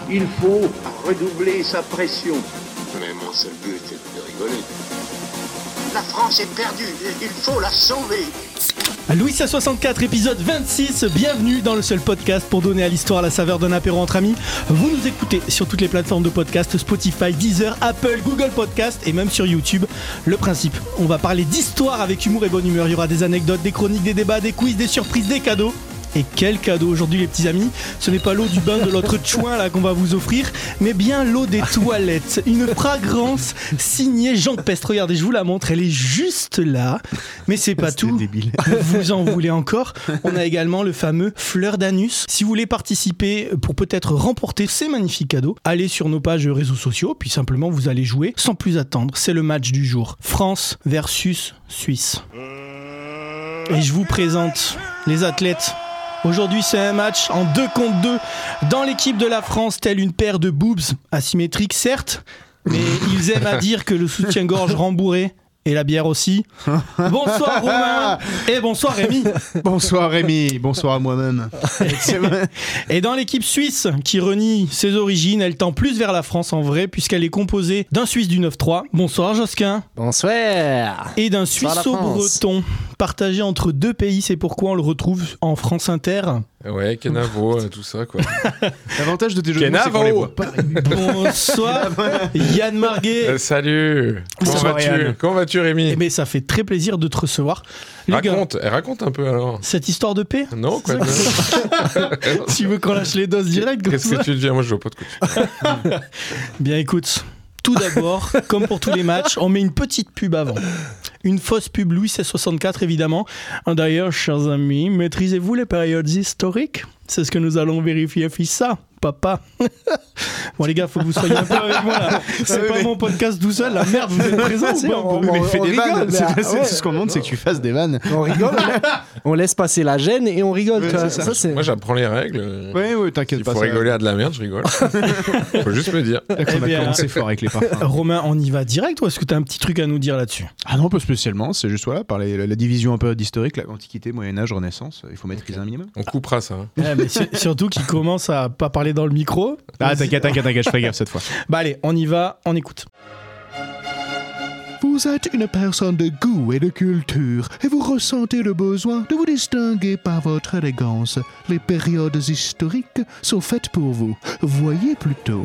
Il faut redoubler sa pression. Mais mon seul but est de rigoler. La France est perdue, il faut la sauver. Louis A64, épisode 26, bienvenue dans le seul podcast pour donner à l'histoire la saveur d'un apéro entre amis. Vous nous écoutez sur toutes les plateformes de podcast, Spotify, Deezer, Apple, Google Podcast et même sur YouTube. Le principe, on va parler d'histoire avec humour et bonne humeur. Il y aura des anecdotes, des chroniques, des débats, des quiz, des surprises, des cadeaux. Et quel cadeau aujourd'hui les petits amis. Ce n'est pas l'eau du bain de l'autre chouin là qu'on va vous offrir, mais bien l'eau des toilettes. Une fragrance signée Jean Peste. Regardez, je vous la montre, elle est juste là. Mais c'est pas tout. Débile. Vous en voulez encore? On a également le fameux fleur d'anus. Si vous voulez participer pour peut-être remporter ces magnifiques cadeaux, allez sur nos pages réseaux sociaux, puis simplement vous allez jouer sans plus attendre. C'est le match du jour. France versus Suisse. Et je vous présente les athlètes. Aujourd'hui, c'est un match en 2 contre 2 dans l'équipe de la France, telle une paire de boobs asymétriques, certes, mais ils aiment à dire que le soutien-gorge rembourré et la bière aussi. Bonsoir Romain et bonsoir Rémi. Bonsoir Rémi, bonsoir à moi-même. Et dans l'équipe suisse qui renie ses origines, elle tend plus vers la France en vrai puisqu'elle est composée d'un Suisse du 9-3. Bonsoir Josquin. Bonsoir. Et d'un Suisseau-Breton partagé entre 2 pays, c'est pourquoi on le retrouve en France Inter. Ouais, Kenavo, tout ça quoi. L'avantage de tes jeux de mots, c'est qu'on les voit pas. Bonsoir Yann Marguet. Salut. Bonsoir, Comment vas-tu Rémi? Eh bien, ça fait très plaisir de te recevoir. Les gars, raconte un peu alors. cette histoire de paix. Non, quoi. Tu veux qu'on lâche les doses direct comme Qu'est-ce ça? que tu dis? Moi, je vois pas de quoi tu parles. Bien, écoute. Tout d'abord, comme pour tous les matchs, on met une petite pub avant. Une fausse pub Louis C64 évidemment. D'ailleurs, chers amis, maîtrisez-vous les périodes historiques? C'est ce que nous allons vérifier, fils ça, papa. Bon les gars, faut que vous soyez un peu avec moi là. C'est pas mon podcast tout seul, la merde, vous êtes présents ou pas? Mais fais des rigole, vannes, mais c'est ce qu'on demande, c'est que tu fasses des vannes. On rigole, on laisse passer la gêne et on rigole. Ouais, tu vois. c'est ça. c'est... Moi, j'apprends les règles. Ouais, t'inquiète S'il pas. faut ça- rigoler à de la merde, je rigole. Faut juste me dire. On Eh a bien, commencé fort avec les parfums. Romain, on y va direct ou est-ce que tu as un petit truc à nous dire là-dessus? Ah non, pas spécialement, c'est juste voilà, par la division un peu d'historique, l'Antiquité, Moyen-Âge, Renaissance, il faut maîtriser un minimum. On coupera ça. Hein. Mais surtout qu'il commence à pas parler dans le micro. Ah, t'inquiète, je ferai gaffe cette fois. Bah allez, on y va, on écoute. Vous êtes une personne de goût et de culture et vous ressentez le besoin de vous distinguer par votre élégance. Les périodes historiques sont faites pour vous. Voyez plutôt.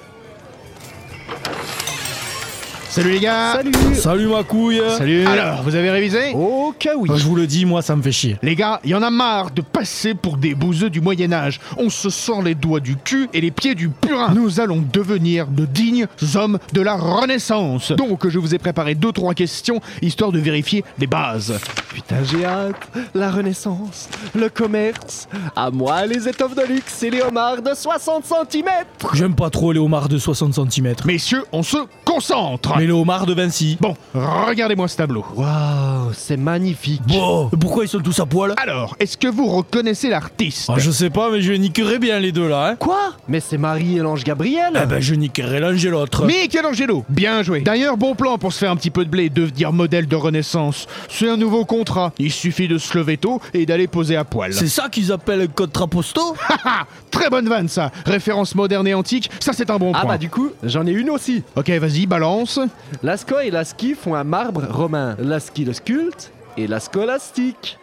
Salut les gars. Salut ma couille. Salut. Alors, vous avez révisé? Oh que oui. Je vous le dis, moi ça me fait chier. Les gars, y en a marre de passer pour des bouseux du Moyen-Âge. On se sort les doigts du cul et les pieds du purin. Nous allons devenir de dignes hommes de la Renaissance. Donc, je vous ai préparé 2-3 questions, histoire de vérifier les bases. Putain, j'ai hâte. La Renaissance, le commerce. À moi les étoffes de luxe et les homards de 60 cm. J'aime pas trop les homards de 60 cm. Messieurs, on se concentre. Mais les homards de Vinci. Bon, regardez-moi ce tableau. Waouh, c'est magnifique. Bon, pourquoi ils sont tous à poil? Alors, est-ce que vous reconnaissez l'artiste? Je sais pas, mais je niquerai bien les deux là, hein. Quoi? Mais c'est Marie et l'ange Gabriel. Eh ben, je niquerai l'un et l'autre. Michelangelo, bien joué. D'ailleurs, bon plan pour se faire un petit peu de blé et devenir modèle de Renaissance. C'est un nouveau contrat. Il suffit de se lever tôt et d'aller poser à poil. C'est ça qu'ils appellent contraposto? Haha, très bonne vanne ça. Référence moderne et antique, ça c'est un bon Ah point. bah du coup, j'en ai une aussi. Ok, vas-y, balance. Lascaux et Lasky font un marbre romain. Lasky le sculpte et la scolastique.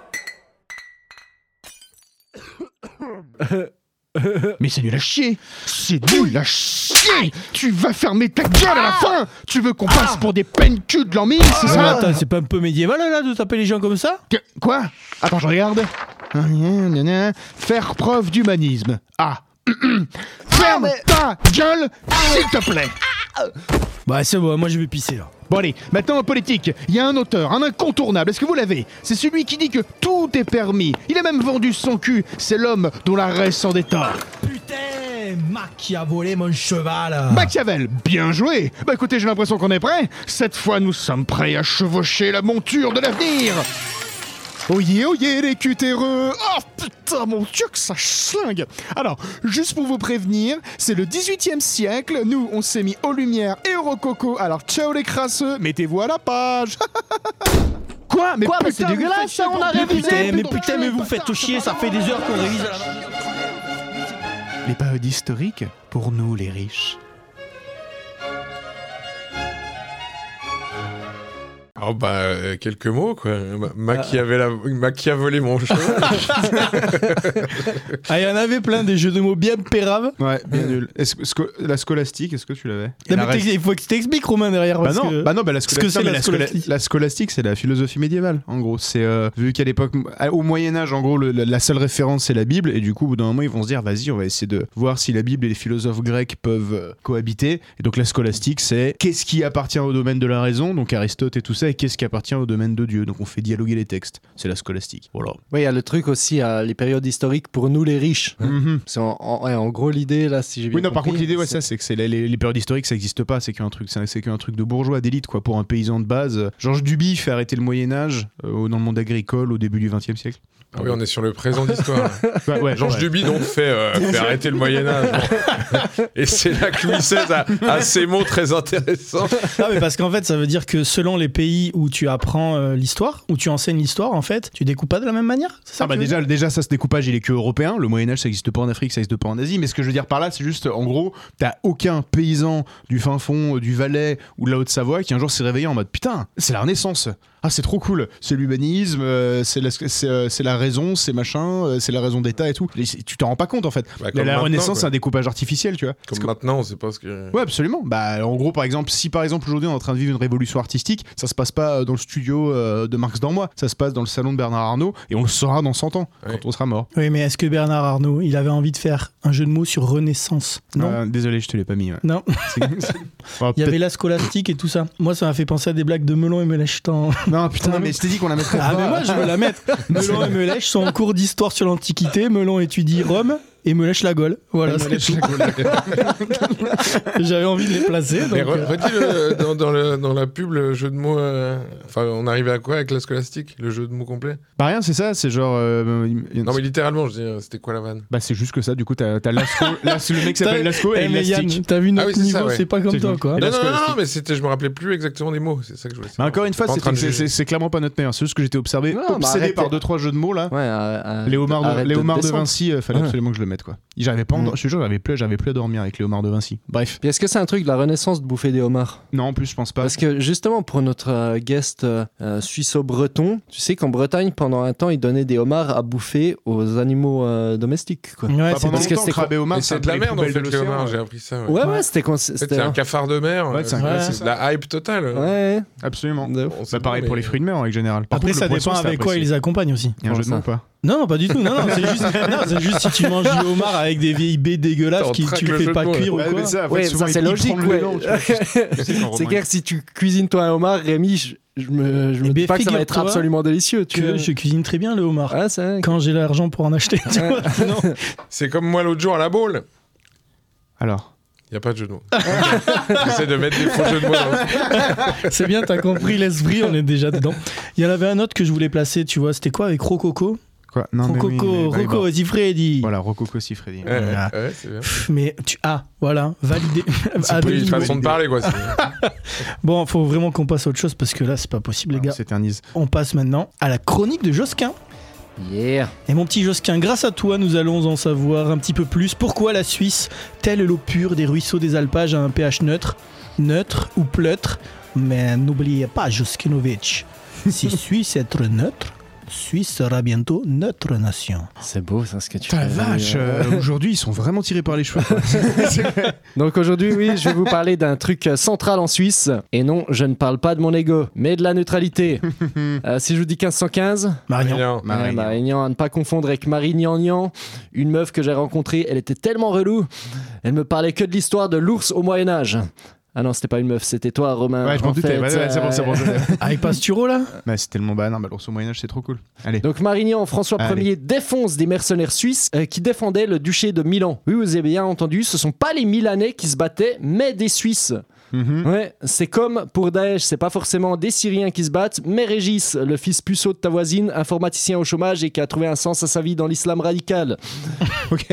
Mais c'est nul à chier. C'est nul à chier. Tu vas fermer ta gueule à la fin. Tu veux qu'on passe pour des peines-culs de l'an 1000, c'est Mais ça? attends, c'est pas un peu médiéval là de taper les gens comme ça? Quoi? Attends, je regarde. Faire preuve d'humanisme. Ah. Ferme ta gueule, s'il te plaît. Bah c'est bon, moi je vais pisser là. Bon allez, maintenant en politique, il y a un auteur, un incontournable, est-ce que vous l'avez? C'est celui qui dit que tout est permis. Il a même vendu son cul, c'est l'homme dont la race s'endetta. Putain, Mac qui a volé mon cheval. Machiavel, bien joué. Bah écoutez, j'ai l'impression qu'on est prêt. Cette fois, nous sommes prêts à chevaucher la monture de l'avenir. Oyez, les cutéreux. Oh putain, mon Dieu, que ça schlingue. Alors, juste pour vous prévenir, c'est le 18e siècle. Nous, on s'est mis aux lumières et au rococo. Alors, ciao les crasseux, mettez-vous à la page. Quoi? Quoi, mais putain, c'est dégueulasse, ça, on a révisé. Mais putain, mais vous faites chier, ça fait des heures qu'on révise à la Les périodes historiques, pour nous les riches. Oh quelques mots quoi. Machiavelé mon cheval. Ah, il y en avait plein des jeux de mots bien péraves. Ouais, bien nul. La scolastique, est-ce que tu l'avais? Non, mais il faut que tu t'expliques, Romain, derrière. Bah parce non, que... la ce que c'est la scolastique. La scolastique, c'est la philosophie médiévale, en gros. C'est vu qu'à l'époque, au Moyen-Âge, en gros, la seule référence, c'est la Bible, et du coup, au bout d'un moment, ils vont se dire, vas-y, on va essayer de voir si la Bible et les philosophes grecs peuvent cohabiter. Et donc, la scolastique, c'est qu'est-ce qui appartient au domaine de la raison, donc Aristote et tout ça, et qu'est-ce qui appartient au domaine de Dieu. Donc, on fait dialoguer les textes. C'est la scolastique. Voilà. Oui, il y a le truc aussi, les périodes historiques pour nous les riches. Mhm. C'est en gros l'idée, là, si j'ai bien Oui, non, compris. par contre, l'idée, c'est que les périodes historiques, ça n'existe pas. C'est qu'un truc de bourgeois, d'élite, quoi. Pour un paysan de base. Georges Duby fait arrêter le Moyen-Âge dans le monde agricole au début du XXe siècle. Ah oui, on est sur le présent d'histoire. Ouais, Georges Duby donc fait arrêter le Moyen-Âge. Et c'est là que Louis XVI a ces mots très intéressants. Non, mais parce qu'en fait, ça veut dire que selon les pays où tu apprends l'histoire, où tu enseignes l'histoire, en fait, tu découpes pas de la même manière. C'est ça Ah bah que tu veux dire déjà ça, ce découpage il est que européen. Le Moyen-Âge ça existe pas en Afrique, ça existe pas en Asie. Mais ce que je veux dire par là, c'est juste en gros, t'as aucun paysan du fin fond du Valais ou de la Haute-Savoie qui un jour s'est réveillé en mode putain, c'est la Renaissance. Ah, c'est trop cool, c'est l'humanisme, c'est la raison, c'est machin, c'est la raison d'État et tout. Et tu t'en rends pas compte en fait. Bah, La maintenant, Renaissance, quoi. c'est un découpage artificiel, tu vois. Comme maintenant, on sait pas ce que... Ouais, absolument. Bah, en gros, par exemple, si par exemple aujourd'hui on est en train de vivre une révolution artistique, ça se passe pas dans le studio de Marx Dormois, ça se passe dans le salon de Bernard Arnault et on le saura dans 100 ans, Ouais. quand on sera mort. Oui, mais est-ce que Bernard Arnault, il avait envie de faire un jeu de mots sur Renaissance? Non. Désolé, je te l'ai pas mis. Ouais. Non. Oh, Il y avait la scolastique et tout ça. Moi, ça m'a fait penser à des blagues de Melon et Melèche. Non, putain, mais je t'ai dit qu'on la mettrait Ah, pas. mais moi, je veux la mettre. Melon et Melèche sont en cours d'histoire sur l'Antiquité. Melon étudie Rome et Melèche la Gaule. Voilà, c'est tout. J'avais envie de les placer. Mais Donc, redis dans la pub le jeu de mots. Enfin, on arrivait à quoi avec la scolastique? Le jeu de mots complet? Bah rien, c'est ça, c'est genre... Non, mais littéralement, je dis, c'était quoi la vanne? Bah c'est juste que ça, du coup, t'as Lasco, le mec s'appelle Lasco et Eh, mais Yann, Elastic. t'as vu notre Ah oui, c'est niveau, ça, ouais. c'est pas comme C'est toi, cool. quoi. Et Non, la non, scolastique. non, mais je me rappelais plus exactement des mots. C'est ça que je voulais Mais savoir. encore une fois, Pas en train de juger. c'est clairement pas notre meilleur. C'est juste que j'étais obsédé Non, mais par arrêtez. 2-3 jeux de mots là. Ouais, Léomard arrête de descendre. Vinci, fallait Ouais. absolument que je le mette quoi. J'arrivais pas, je te jure, j'avais plus à dormir avec Léomard de Vinci. Bref, Puis est-ce que c'est un truc de la Renaissance de bouffer des homards? non en plus je pense pas. Parce que justement, pour notre guest suisse-breton, tu sais qu'en Bretagne, pendant un temps, ils donnaient des homards à bouffer aux animaux domestiques. Quoi. Ouais, Pas c'est pendant parce que longtemps, c'était crabe et homard, Mais c'est de la merde en les fait, poubelles de le homard, l'océan. j'ai appris ça. Ouais, c'était quand C'est un cafard de mer. Ouais, c'est un classique. C'est de la hype totale. Ouais. Absolument. De ouf. On sait Bah pareil pas, pour mais- les fruits de mer en règle générale. Par Après, contre, ça le poisson, dépend c'est avec quoi ils apprécié. les accompagnent aussi. Il y a un jeu de mots ou pas? Non, pas du tout. Non, c'est juste si tu manges du homard avec des vieilles baies dégueulasses Attends, qui traque tu le le fais jeu pas de mots, cuire ou Ouais, quoi. mais ça, en fait, Ouais, souvent, ça c'est ils logique, prennent le ouais. élan, tu vois. C'est clair que si tu cuisines toi un homard, Rémi, je me Eh dis ben, pas que ça va être figure-toi absolument délicieux. Tu Que vois. je cuisine très bien le homard. Ah, c'est vrai. Quand j'ai l'argent pour en acheter. Tu vois, sinon- C'est comme moi l'autre jour à la boule. Alors, Il n'y a pas de jeu de mots. J'essaie de mettre des faux jeux de mots. C'est bien, t'as compris l'esprit, on est déjà dedans. Il y en avait un autre que je voulais placer, tu vois, c'était quoi avec Rococo? quoi? Non, mais oui, Rococo, mais- Rocco Siffredi. Voilà, Rococo Siffredi. Ouais, ouais, c'est bien. Mais voilà, validé. C'est À pas une demi- façon de parler, quoi. Bon, faut vraiment qu'on passe à autre chose parce que là, c'est pas possible, les On gars. s'éternise. On passe maintenant à la chronique de Josquin. Yeah. Et mon petit Josquin, grâce à toi, nous allons en savoir un petit peu plus. Pourquoi la Suisse, telle l'eau pure des ruisseaux des alpages, a un pH neutre ou pleutre? Mais n'oubliez pas, Joskinovic, si Suisse est neutre, Suisse sera bientôt notre nation. C'est beau ça ce que tu Putain, la fais. vache, aujourd'hui ils sont vraiment tirés par les cheveux. quoi. Donc aujourd'hui, oui, je vais vous parler d'un truc central en Suisse. Et non, je ne parle pas de mon ego, mais de la neutralité. Si je vous dis 1515, Marion. Marignan, à ne pas confondre avec Marignan, une meuf que j'ai rencontrée, elle était tellement relou, elle me parlait que de l'histoire de l'ours au Moyen-Âge. Ah non, c'était pas une meuf, c'était toi, Romain. Ouais, je m'en En doutais. fait, Ouais, c'est bon. Avec Pasturo, là? Bah, c'est tellement bah non, bah, l'ours au Moyen-Âge, c'est trop cool. Allez. Donc Marignan, François Allez. Ier défonce des mercenaires suisses qui défendaient le duché de Milan. Oui, vous avez bien entendu, ce sont pas les Milanais qui se battaient, mais des Suisses. Ouais, c'est comme pour Daesh, c'est pas forcément des Syriens qui se battent, mais Régis, le fils puceau de ta voisine, informaticien au chômage et qui a trouvé un sens à sa vie dans l'islam radical. Ok.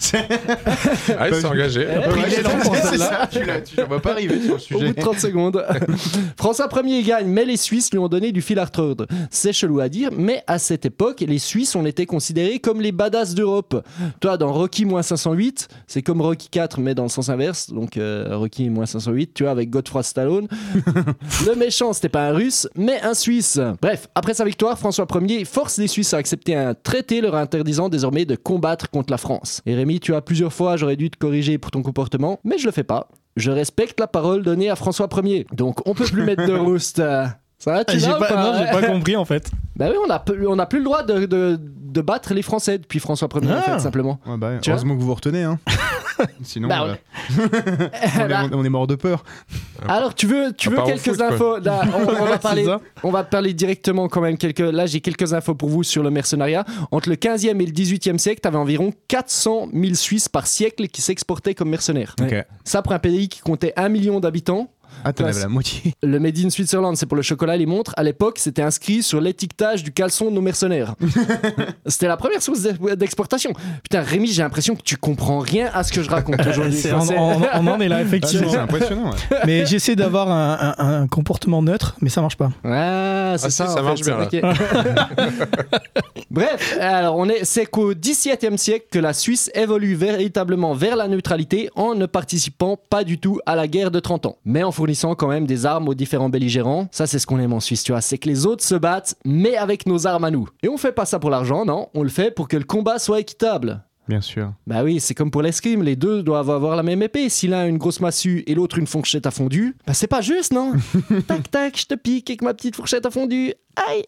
Ah, il s'est engagé. C'est ça, tu ne vas pas arriver sur le Au sujet. bout de 30 secondes. François Ier gagne, mais les Suisses lui ont donné du fil à retordre. C'est chelou à dire, mais à cette époque, les Suisses ont été considérés comme les badass d'Europe. Toi, dans Rocky -508, c'est comme Rocky 4, mais dans le sens inverse. Donc Rocky -508, tu vois, avec Godefroy Stallone. Le méchant, c'était pas un Russe, mais un Suisse. Bref, après sa victoire, François Ier force les Suisses à accepter un traité leur interdisant désormais de combattre contre la France. Et Rémi, tu as plusieurs fois, j'aurais dû te corriger pour ton comportement, mais je le fais pas. Je respecte la parole donnée à François Ier. Donc on peut plus mettre de rouste. Ça va, tu l'as ou pas? Non, j'ai pas compris en fait. Bah oui, on a plus le droit de battre les Français depuis François Ier, en fait, simplement. Ouais, bah, Tu heureusement que vous vous retenez. Hein. Sinon, Bah, on est mort de peur. Alors, tu veux part au quelques foot, quoi. infos? Là, C'est ça. on va parler directement quand même. Là, j'ai quelques infos pour vous sur le mercenariat. Entre le 15e et le 18e siècle, tu avais environ 400 000 Suisses par siècle qui s'exportaient comme mercenaires. Ok. Ça, pour un pays qui comptait 1 million d'habitants. Ah, t'en avais la moitié. Le Made in Switzerland, c'est pour le chocolat et les montres. À l'époque, c'était inscrit sur l'étiquetage du caleçon de nos mercenaires. C'était la première source d'exportation. Putain, Rémi, j'ai l'impression que tu comprends rien à ce que je raconte aujourd'hui. On en est là, effectivement. C'est impressionnant. Ouais. Mais j'essaie d'avoir un comportement neutre, mais ça marche pas. Ah, c'est Ah, ça. si, ça en marche fait, bien, ok. Bref, alors c'est qu'au XVIIe siècle que la Suisse évolue véritablement vers la neutralité en ne participant pas du tout à la guerre de 30 ans. Mais en fournissant quand même des armes aux différents belligérants. Ça, c'est ce qu'on aime en Suisse, tu vois. C'est que les autres se battent, mais avec nos armes à nous. Et on fait pas ça pour l'argent, non. On le fait pour que le combat soit équitable. Bien sûr. Bah oui, c'est comme pour l'escrime, les deux doivent avoir la même épée. Si l'un a une grosse massue et l'autre une fourchette à fondue, bah c'est pas juste, non? Tac tac, je te pique avec ma petite fourchette à fondue. Aïe.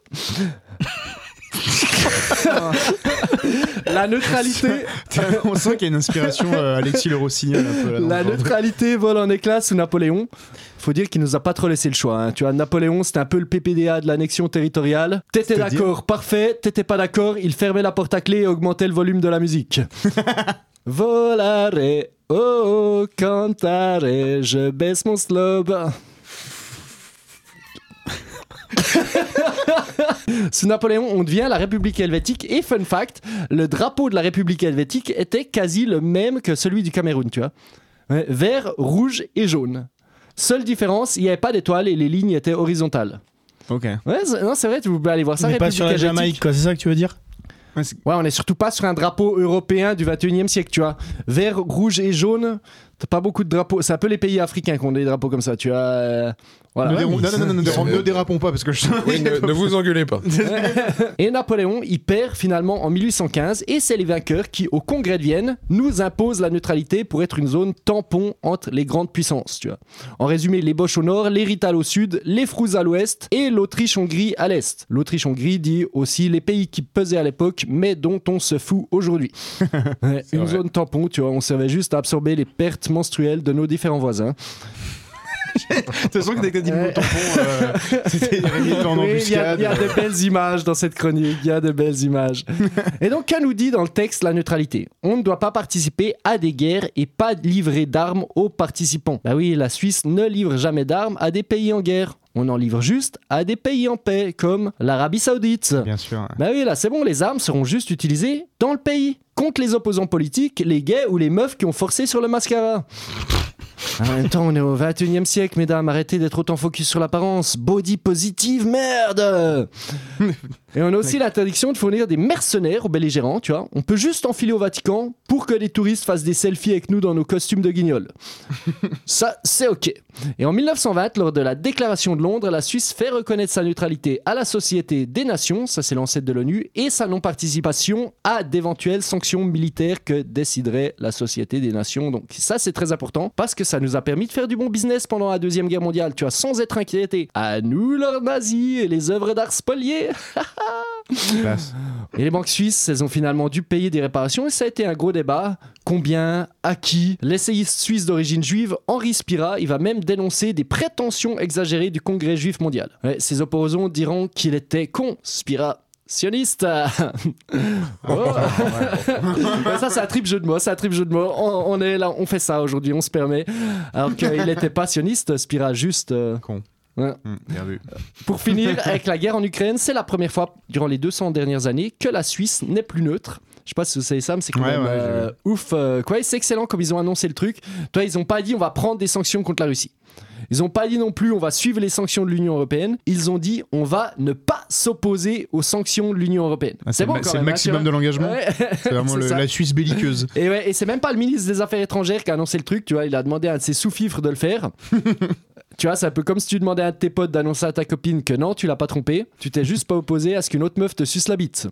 La neutralité. On sent qu'il y a une inspiration Alexis Le Rossignol un peu là. La neutralité vole en éclats sous Napoléon. Faut dire qu'il nous a pas trop laissé le choix. Hein. Tu vois, Napoléon, c'était un peu le PPDA de l'annexion territoriale. T'étais C'est-à-dire d'accord, parfait. T'étais pas d'accord, il fermait la porte à clé et augmentait le volume de la musique. Volare, oh, cantare, je baisse mon slob. Sous Napoléon, on devient la République helvétique. Et fun fact, le drapeau de la République helvétique était quasi le même que celui du Cameroun, tu vois. Ouais, vert, rouge et jaune. Seule différence, il n'y avait pas d'étoiles et les lignes étaient horizontales. Ok. Ouais, non, c'est vrai, tu peux aller voir ça. On n'est pas République sur la helvétique. Jamaïque, quoi, c'est ça que tu veux dire? Ouais, Ouais, on est surtout pas sur un drapeau européen du 21e siècle, tu vois. Vert, rouge et jaune, t'as pas beaucoup de drapeaux. C'est un peu les pays africains qui ont des drapeaux comme ça, tu vois. Voilà. Ne dérapons pas parce que je Oui, ne vous engueulez pas. Et Napoléon, il perd finalement en 1815 et c'est les vainqueurs qui, au congrès de Vienne, nous imposent la neutralité pour être une zone tampon entre les grandes puissances, tu vois. En résumé, les Boches au nord, les Rital au sud, les Frous à l'ouest et l'Autriche-Hongrie à l'est. L'Autriche-Hongrie dit aussi les pays qui pesaient à l'époque mais dont on se fout aujourd'hui. Ouais, une vrai. zone tampon, tu vois, on servait juste à absorber les pertes menstruelles de nos différents voisins. De toute façon, que dès que t'as dit le mot tampon, c'était Rémi en Oui, il y a embuscade. de belles images dans cette chronique, il y a de belles images. Et donc, qu'a nous dit dans le texte la neutralité? On ne doit pas participer à des guerres et pas livrer d'armes aux participants. Bah oui, la Suisse ne livre jamais d'armes à des pays en guerre. On en livre juste à des pays en paix, comme l'Arabie Saoudite. Bien sûr. Bah oui, là c'est bon, les armes seront juste utilisées dans le pays, contre les opposants politiques, les gays ou les meufs qui ont forcé sur le mascara. En même temps, on est au 21e siècle, mesdames, arrêtez d'être autant focus sur l'apparence. Body positive, merde. Et on a aussi l'interdiction de fournir des mercenaires aux belligérants, tu vois. On peut juste enfiler au Vatican pour que les touristes fassent des selfies avec nous dans nos costumes de guignol. Ça, c'est ok. Et en 1920, lors de la déclaration de Londres, la Suisse fait reconnaître sa neutralité à la Société des Nations, ça c'est l'ancêtre de l'ONU, et sa non-participation à d'éventuelles sanctions militaires que déciderait la Société des Nations. Donc ça c'est très important, parce que ça nous a permis de faire du bon business pendant la Deuxième Guerre mondiale, tu vois, sans être inquiété. À nous leurs nazis et les œuvres d'art spoliées. Classe. Et les banques suisses, elles ont finalement dû payer des réparations et ça a été un gros débat. Combien? À qui? L'essayiste suisse d'origine juive, Henri Spira, il va même dénoncer des prétentions exagérées du Congrès juif mondial. Ouais, ses opposants diront qu'il était con, Spira. sioniste. Oh. Ouais, ça, c'est un trip jeu de mots. On est là, on fait ça aujourd'hui, on se permet. Alors qu'il n'était pas sioniste, Spira, juste. Con. Ouais. Bien vu. Pour finir, avec la guerre en Ukraine, c'est la première fois durant les 200 dernières années que la Suisse n'est plus neutre. Je sais pas si vous savez ça, mais c'est quand même ouf. Quoi, c'est excellent comme ils ont annoncé le truc. Toi, ils ont pas dit on va prendre des sanctions contre la Russie. Ils n'ont pas dit non plus on va suivre les sanctions de l'Union européenne. Ils ont dit on va ne pas s'opposer aux sanctions de l'Union européenne. C'est bon, c'est le maximum de l'engagement. Ouais. C'est vraiment la Suisse belliqueuse. Et c'est même pas le ministre des Affaires étrangères qui a annoncé le truc. Tu vois, il a demandé à un de ses sous-fifres de le faire. Tu vois, c'est un peu comme si tu demandais à un de tes potes d'annoncer à ta copine que non, tu l'as pas trompé. Tu t'es juste pas opposé à ce qu'une autre meuf te suce la bite.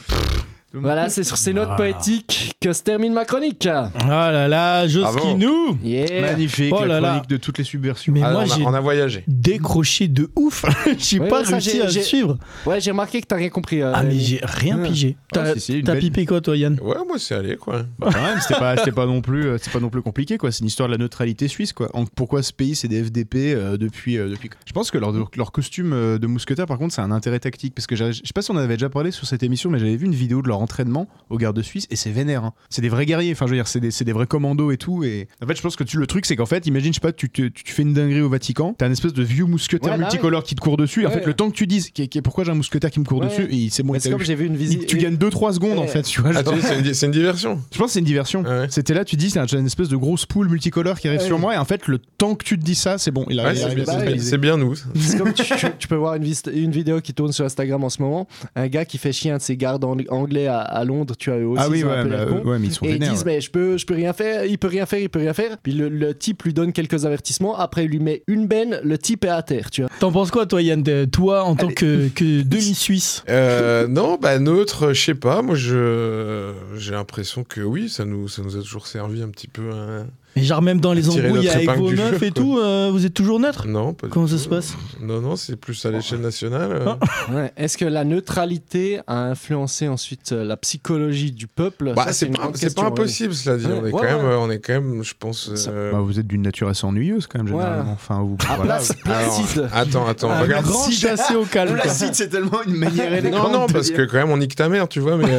Voilà, c'est sur ces notes poétiques que se termine ma chronique. Ah là là, Josquinou. Yeah. Magnifique, Oh là la là. chronique de toutes les subversions. Mais Ah, moi, on a voyagé. décroché de ouf. J'ai Ouais, pas ça, réussi à suivre. Ouais, j'ai remarqué que t'as rien compris. Ah, mais j'ai rien pigé. T'as une t'as belle- pipé quoi, toi, Yann? Ouais, moi, c'est allé, quoi. Bah, quand même, c'était pas non plus compliqué, quoi. C'est une histoire de la neutralité suisse, quoi. Pourquoi ce pays c'est des FDP depuis. Je pense que leur costume de mousquetaire, par contre, c'est un intérêt tactique parce que je sais pas si on en avait déjà parlé sur cette émission, mais j'avais vu une vidéo de leur entraînement aux gardes suisses et c'est vénère. Hein. C'est des vrais guerriers. Enfin, je veux dire, c'est des vrais commandos et tout. Et en fait, je pense que le truc, c'est qu'en fait, imagine, je sais pas, tu fais une dinguerie au Vatican, t'as un espèce de vieux mousquetaire multicolore qui te court dessus. Et en fait, le temps que tu dises, pourquoi j'ai un mousquetaire qui me court dessus, et c'est bon. C'est comme j'ai vu une visite. Tu gagnes 2-3 secondes en fait, tu vois. Ah, tu dis, c'est une diversion. Je pense que c'est une diversion. Ah ouais. C'était là, tu dis, c'est une espèce de grosse poule multicolore qui arrive sur moi, et en fait, le temps que tu te dis ça, c'est bon. Il Ouais, arrive à se réaliser. c'est bien nous. C'est comme tu peux voir une vidéo qui tourne sur Instagram en ce moment. Un gars qui fait chier un de ses gardes anglais à Londres. Tu as eux aussi. Ah oui, ils ont un peu l'air cons. ouais, mais ils sont Et ils vénères. disent, mais je peux rien faire, il peut rien faire. Puis le type lui donne quelques avertissements. Après, il lui met une benne, le type est à terre, tu vois. T'en penses quoi, toi, Yann? Toi, en tant que demi-suisse? Non, bah neutre, je sais pas. Moi, j'ai l'impression que oui, ça nous a toujours servi un petit peu. Et genre, même dans les Tirer embrouilles notre avec épingle vos du meufs jeu, et quoi. tout, vous êtes toujours neutre? Non, pas du Comment tout. ça se passe? Non, c'est plus à l'échelle nationale. Ouais. Est-ce que la neutralité a influencé ensuite la psychologie du peuple? Bah, Ça, c'est une grande pas question, impossible, cela dit. Ouais, On est quand même, je pense. Bah, vous êtes d'une nature assez ennuyeuse quand même, généralement. Ouais. Enfin, vous. À voilà. Placide. Attends, Un regarde. grand chassé au calme. quoi. Placide, c'est tellement une manière élégante. Non, de parce dire. que quand même, on nique ta mère, tu vois, mais.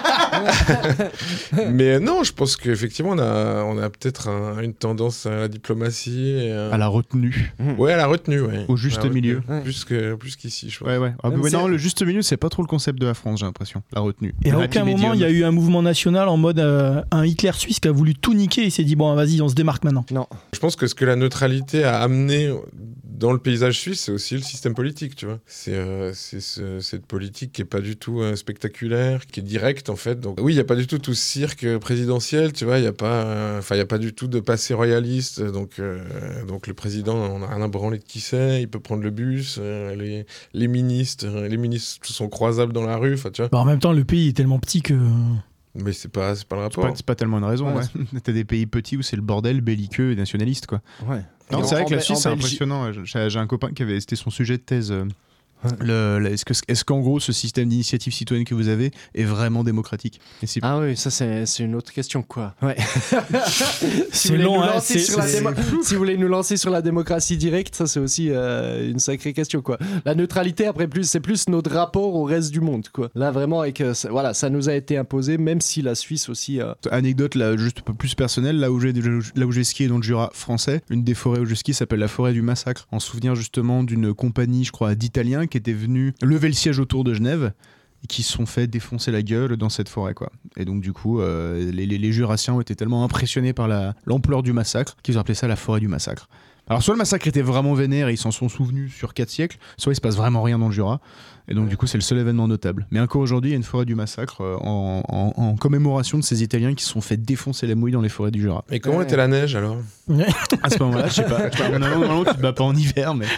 Mais non, je pense qu'effectivement, on a peut-être une tendance à la diplomatie. Et, À la retenue. Ouais, à la retenue, ouais. Au juste À la retenue. milieu. Ouais. Plus qu'ici, je pense. Ouais. Ah, Même mais si- non, le juste milieu, c'est pas trop le concept de la France, j'ai l'impression. La retenue. Et à Le aucun happy moment, il y a medium. eu un mouvement national en mode un Hitler suisse qui a voulu tout niquer et s'est dit, bon, vas-y, on se démarque maintenant. Non. Je pense que ce que la neutralité a amené dans le paysage suisse, c'est aussi le système politique, tu vois. C'est cette politique qui est pas du tout spectaculaire, qui est directe en fait. Donc oui, il y a pas du tout ce cirque présidentiel, tu vois. Il y a pas du tout de passé royaliste. Donc le président, on a rien à branler de qui c'est. Il peut prendre le bus. Les ministres sont croisables dans la rue. Enfin, tu vois. Bah, en même temps, le pays est tellement petit que. Mais c'est pas le rapport. C'est pas tellement une raison, Ouais. ouais. T'as des pays petits où c'est le bordel, belliqueux et nationaliste, quoi. Ouais. Non, Et c'est vrai que la en Suisse, c'est Belgique- impressionnant. J'ai un copain c'était son sujet de thèse. Est-ce qu'en gros, ce système d'initiative citoyenne que vous avez est vraiment démocratique? Et si- Ah oui, ça c'est une autre question, quoi. Ouais. c'est long, hein. Si vous voulez nous lancer sur la démocratie directe, ça c'est aussi une sacrée question, quoi. La neutralité, après, c'est plus notre rapport au reste du monde, quoi. Là, vraiment, ça nous a été imposé, même si la Suisse aussi. Anecdote là, juste un peu plus personnelle, là où j'ai skié dans le Jura français, une des forêts où je skie s'appelle la forêt du Massacre, en souvenir justement d'une compagnie, je crois, d'Italiens qui étaient venus lever le siège autour de Genève et qui se sont fait défoncer la gueule dans cette forêt, quoi. Et donc du coup, les Jurassiens ont été tellement impressionnés par l'ampleur du massacre qu'ils ont appelé ça la forêt du Massacre. Alors soit le massacre était vraiment vénère et ils s'en sont souvenus sur 4 siècles, soit il se passe vraiment rien dans le Jura. Et donc du coup c'est le seul événement notable. Mais encore aujourd'hui il y a une forêt du massacre en commémoration de ces Italiens qui se sont fait défoncer la mouille dans les forêts du Jura. Et comment était la neige alors? À ce moment-là, je sais pas. Normalement tu te bats pas en hiver, mais...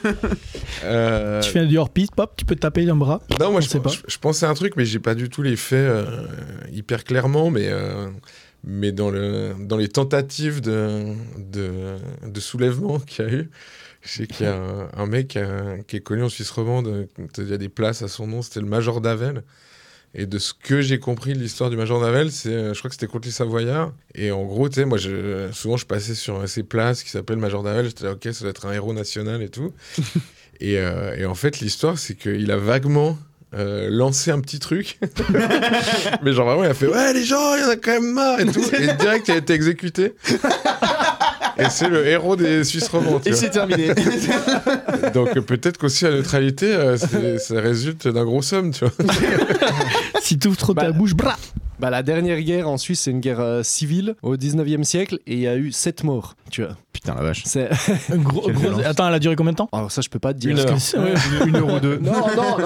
Tu fais du hors-piste, pop, tu peux te taper un bras. Non, moi Je sais pas. je pensais à un truc, mais j'ai pas du tout les faits hyper clairement, mais dans les tentatives de soulèvement qu'il y a eu, je sais qu'il y a un mec qui est connu en Suisse romande, il y a des places à son nom, c'était le Major d'Avel. Et de ce que j'ai compris de l'histoire du Major d'Avel, je crois que c'était contre les Savoyards. Et en gros, tu sais, moi, souvent, je passais sur ces places qui s'appellent Major d'Avel. J'étais là, ok, ça doit être un héros national et tout. et en fait, l'histoire, c'est qu'il a vaguement lancé un petit truc. Mais genre vraiment, il a fait « Ouais, les gens, il y en a quand même marre !» et tout. Et direct, il a été exécuté. Et c'est le héros des Suisses romands. Et c'est terminé. Donc peut-être qu'aussi la neutralité, ça résulte d'un gros somme, tu vois. Si tu ouvres trop ta bouche, bra. Bah, la dernière guerre en Suisse, c'est une guerre civile au 19e siècle et il y a eu 7 morts, tu vois. Putain, la vache. C'est... Gros- Attends, elle a duré combien de temps? Alors ça, je peux pas te dire. Une heure. Parce que c'est- ouais. 1 euro ou 2. Non.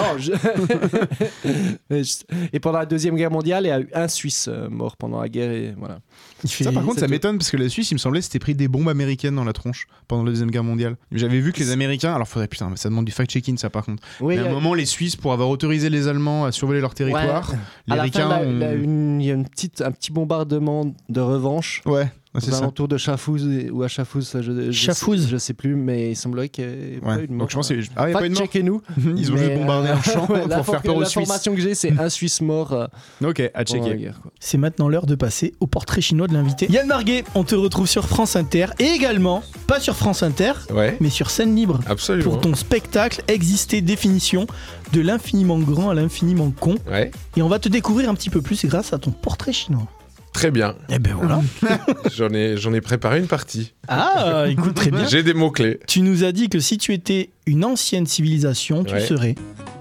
Et pendant la Deuxième Guerre mondiale, il y a eu un Suisse mort pendant la guerre et voilà. Il fait- Ça, par contre, ça c'est m'étonne parce que la Suisse, il me semblait, s'était pris des bombes américaines dans la tronche pendant la Deuxième Guerre mondiale. J'avais vu que les Américains. Alors, faudrait. Putain, mais ça demande du fact-checking, ça, par contre. Oui, Mais à un moment, les Suisses, pour avoir autorisé les Allemands à survoler leur territoire, les à la fin, Ricains. il y a un petit bombardement de revanche. Ouais, c'est Aux ça. alentours de Chafouz ou à Chafouz, Chafouz. je sais plus, mais il semblerait qu'il n'y ait pas eu de mort. Donc, je pense que c'est. Ah, il y a pas eu de mort. Checkez-nous. Ils ont juste bombardé un champ pour faire peur aux Suisses. L'information que j'ai, c'est un Suisse mort Ok, à pendant la checker. guerre, quoi. C'est maintenant l'heure de passer au portrait chinois de l'invité. Yann Marguet, on te retrouve sur France Inter et également, pas sur France Inter, Ouais, mais sur Scène Libre. absolument. Pour ton spectacle Exister, définition de l'infiniment grand à l'infiniment con. Ouais, Et on va te découvrir un petit peu plus grâce à ton portrait chinois. très bien. Eh ben voilà. J'en ai préparé une partie. Ah, écoute, très bien. J'ai des mots-clés. Tu nous as dit que si tu étais une ancienne civilisation, tu Ouais. serais.